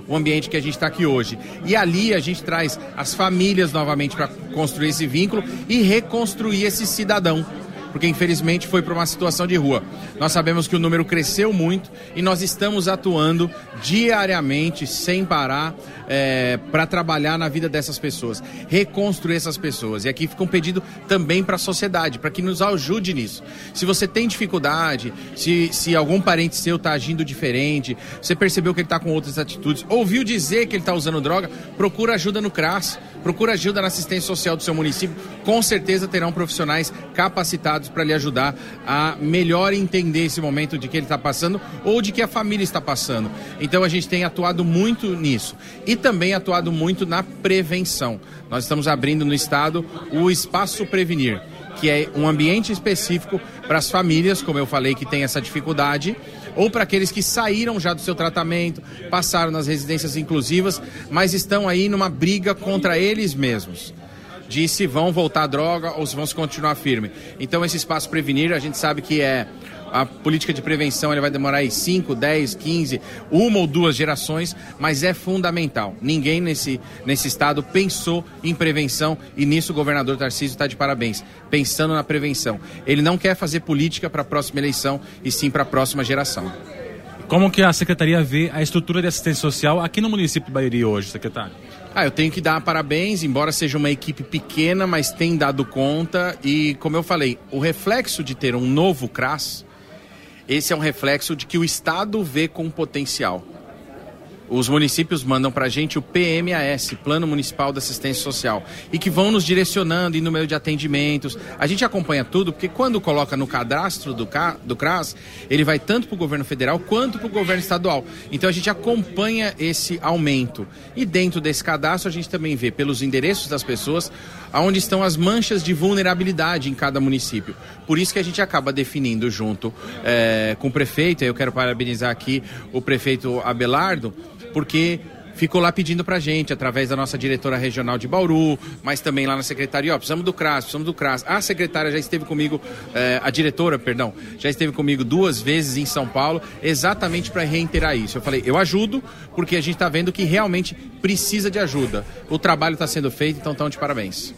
Speaker 17: o ambiente que a gente está aqui hoje. E ali a gente traz as famílias novamente para construir esse vínculo e reconstruir esse cidadão, porque infelizmente foi para uma situação de rua. Nós sabemos que o número cresceu muito e nós estamos atuando diariamente, sem parar, é, para trabalhar na vida dessas pessoas, reconstruir essas pessoas. E aqui fica um pedido também para a sociedade, para que nos ajude nisso. Se você tem dificuldade, se, se algum parente seu está agindo diferente, você percebeu que ele está com outras atitudes, ouviu dizer que ele está usando droga, procura ajuda no CRAS, procura ajuda na assistência social do seu município. Com certeza terão profissionais capacitados para lhe ajudar a melhor entender esse momento de que ele está passando ou de que a família está passando. Então a gente tem atuado muito nisso e também atuado muito na prevenção. Nós estamos abrindo no estado o Espaço Prevenir, que é um ambiente específico para as famílias, como eu falei, que tem essa dificuldade, ou para aqueles que saíram já do seu tratamento, passaram nas residências inclusivas, mas estão aí numa briga contra eles mesmos, de se vão voltar à droga ou se vão se continuar firme. Então esse Espaço Prevenir, a gente sabe que é a política de prevenção, ele vai demorar aí cinco, dez, quinze, uma ou duas gerações, mas é fundamental. Ninguém nesse, nesse estado pensou em prevenção e nisso o governador Tarcísio está de parabéns, pensando na prevenção. Ele não quer fazer política para a próxima eleição e sim para a próxima geração.
Speaker 13: Como que a Secretaria vê a estrutura de assistência social aqui no município de Bariri hoje, secretário?
Speaker 17: Ah, eu tenho que dar parabéns, embora seja uma equipe pequena, mas tem dado conta e, como eu falei, o reflexo de ter um novo CRAS, esse é um reflexo de que o Estado vê com potencial. Os municípios mandam para a gente o P M A S, Plano Municipal de Assistência Social, e que vão nos direcionando em número de atendimentos. A gente acompanha tudo, porque quando coloca no cadastro do, C A, do CRAS, ele vai tanto para o governo federal quanto para o governo estadual. Então a gente acompanha esse aumento. E dentro desse cadastro a gente também vê pelos endereços das pessoas aonde estão as manchas de vulnerabilidade em cada município. Por isso que a gente acaba definindo junto é, com o prefeito, eu quero parabenizar aqui o prefeito Abelardo, porque ficou lá pedindo pra gente, através da nossa diretora regional de Bauru, mas também lá na secretaria, ó, precisamos do CRAS, precisamos do CRAS. A secretária já esteve comigo, eh, a diretora, perdão, já esteve comigo duas vezes em São Paulo, exatamente para reiterar isso. Eu falei, eu ajudo, porque a gente está vendo que realmente precisa de ajuda. O trabalho está sendo feito, então estão de parabéns.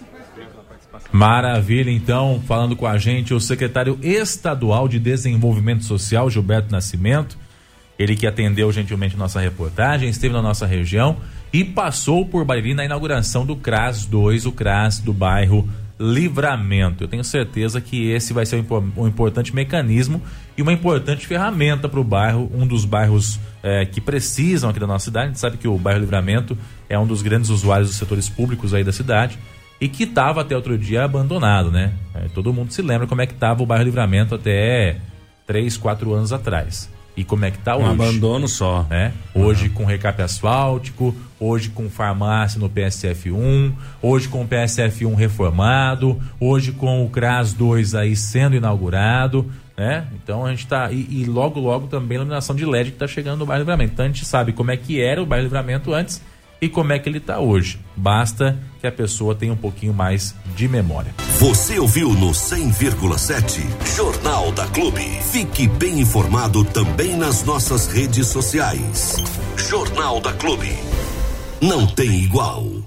Speaker 3: Maravilha, então, falando com a gente, o secretário estadual de Desenvolvimento Social, Gilberto Nascimento, ele que atendeu gentilmente nossa reportagem, esteve na nossa região e passou por Bariri na inauguração do CRAS dois, o CRAS do bairro Livramento. Eu tenho certeza que esse vai ser um, um importante mecanismo e uma importante ferramenta para o bairro, um dos bairros é, que precisam aqui da nossa cidade. A gente sabe que o bairro Livramento é um dos grandes usuários dos setores públicos aí da cidade e que estava até outro dia abandonado, né? É, todo mundo se lembra como é que estava o bairro Livramento até três, quatro anos atrás. E como é que tá hoje?
Speaker 2: Um abandono só.
Speaker 3: Né? Hoje uhum. com recap asfáltico, hoje com farmácia no P S F um, hoje com o P S F um reformado, hoje com o CRAS dois aí sendo inaugurado, né? Então a gente tá... E, e logo, logo também a iluminação de L E D que tá chegando no bairro Livramento. Então a gente sabe como é que era o bairro Livramento antes e como é que ele tá hoje. Basta que a pessoa tenha um pouquinho mais de memória.
Speaker 1: Você ouviu no cem vírgula sete Jornal da Clube. Fique bem informado também nas nossas redes sociais. Jornal da Clube. Não tem igual.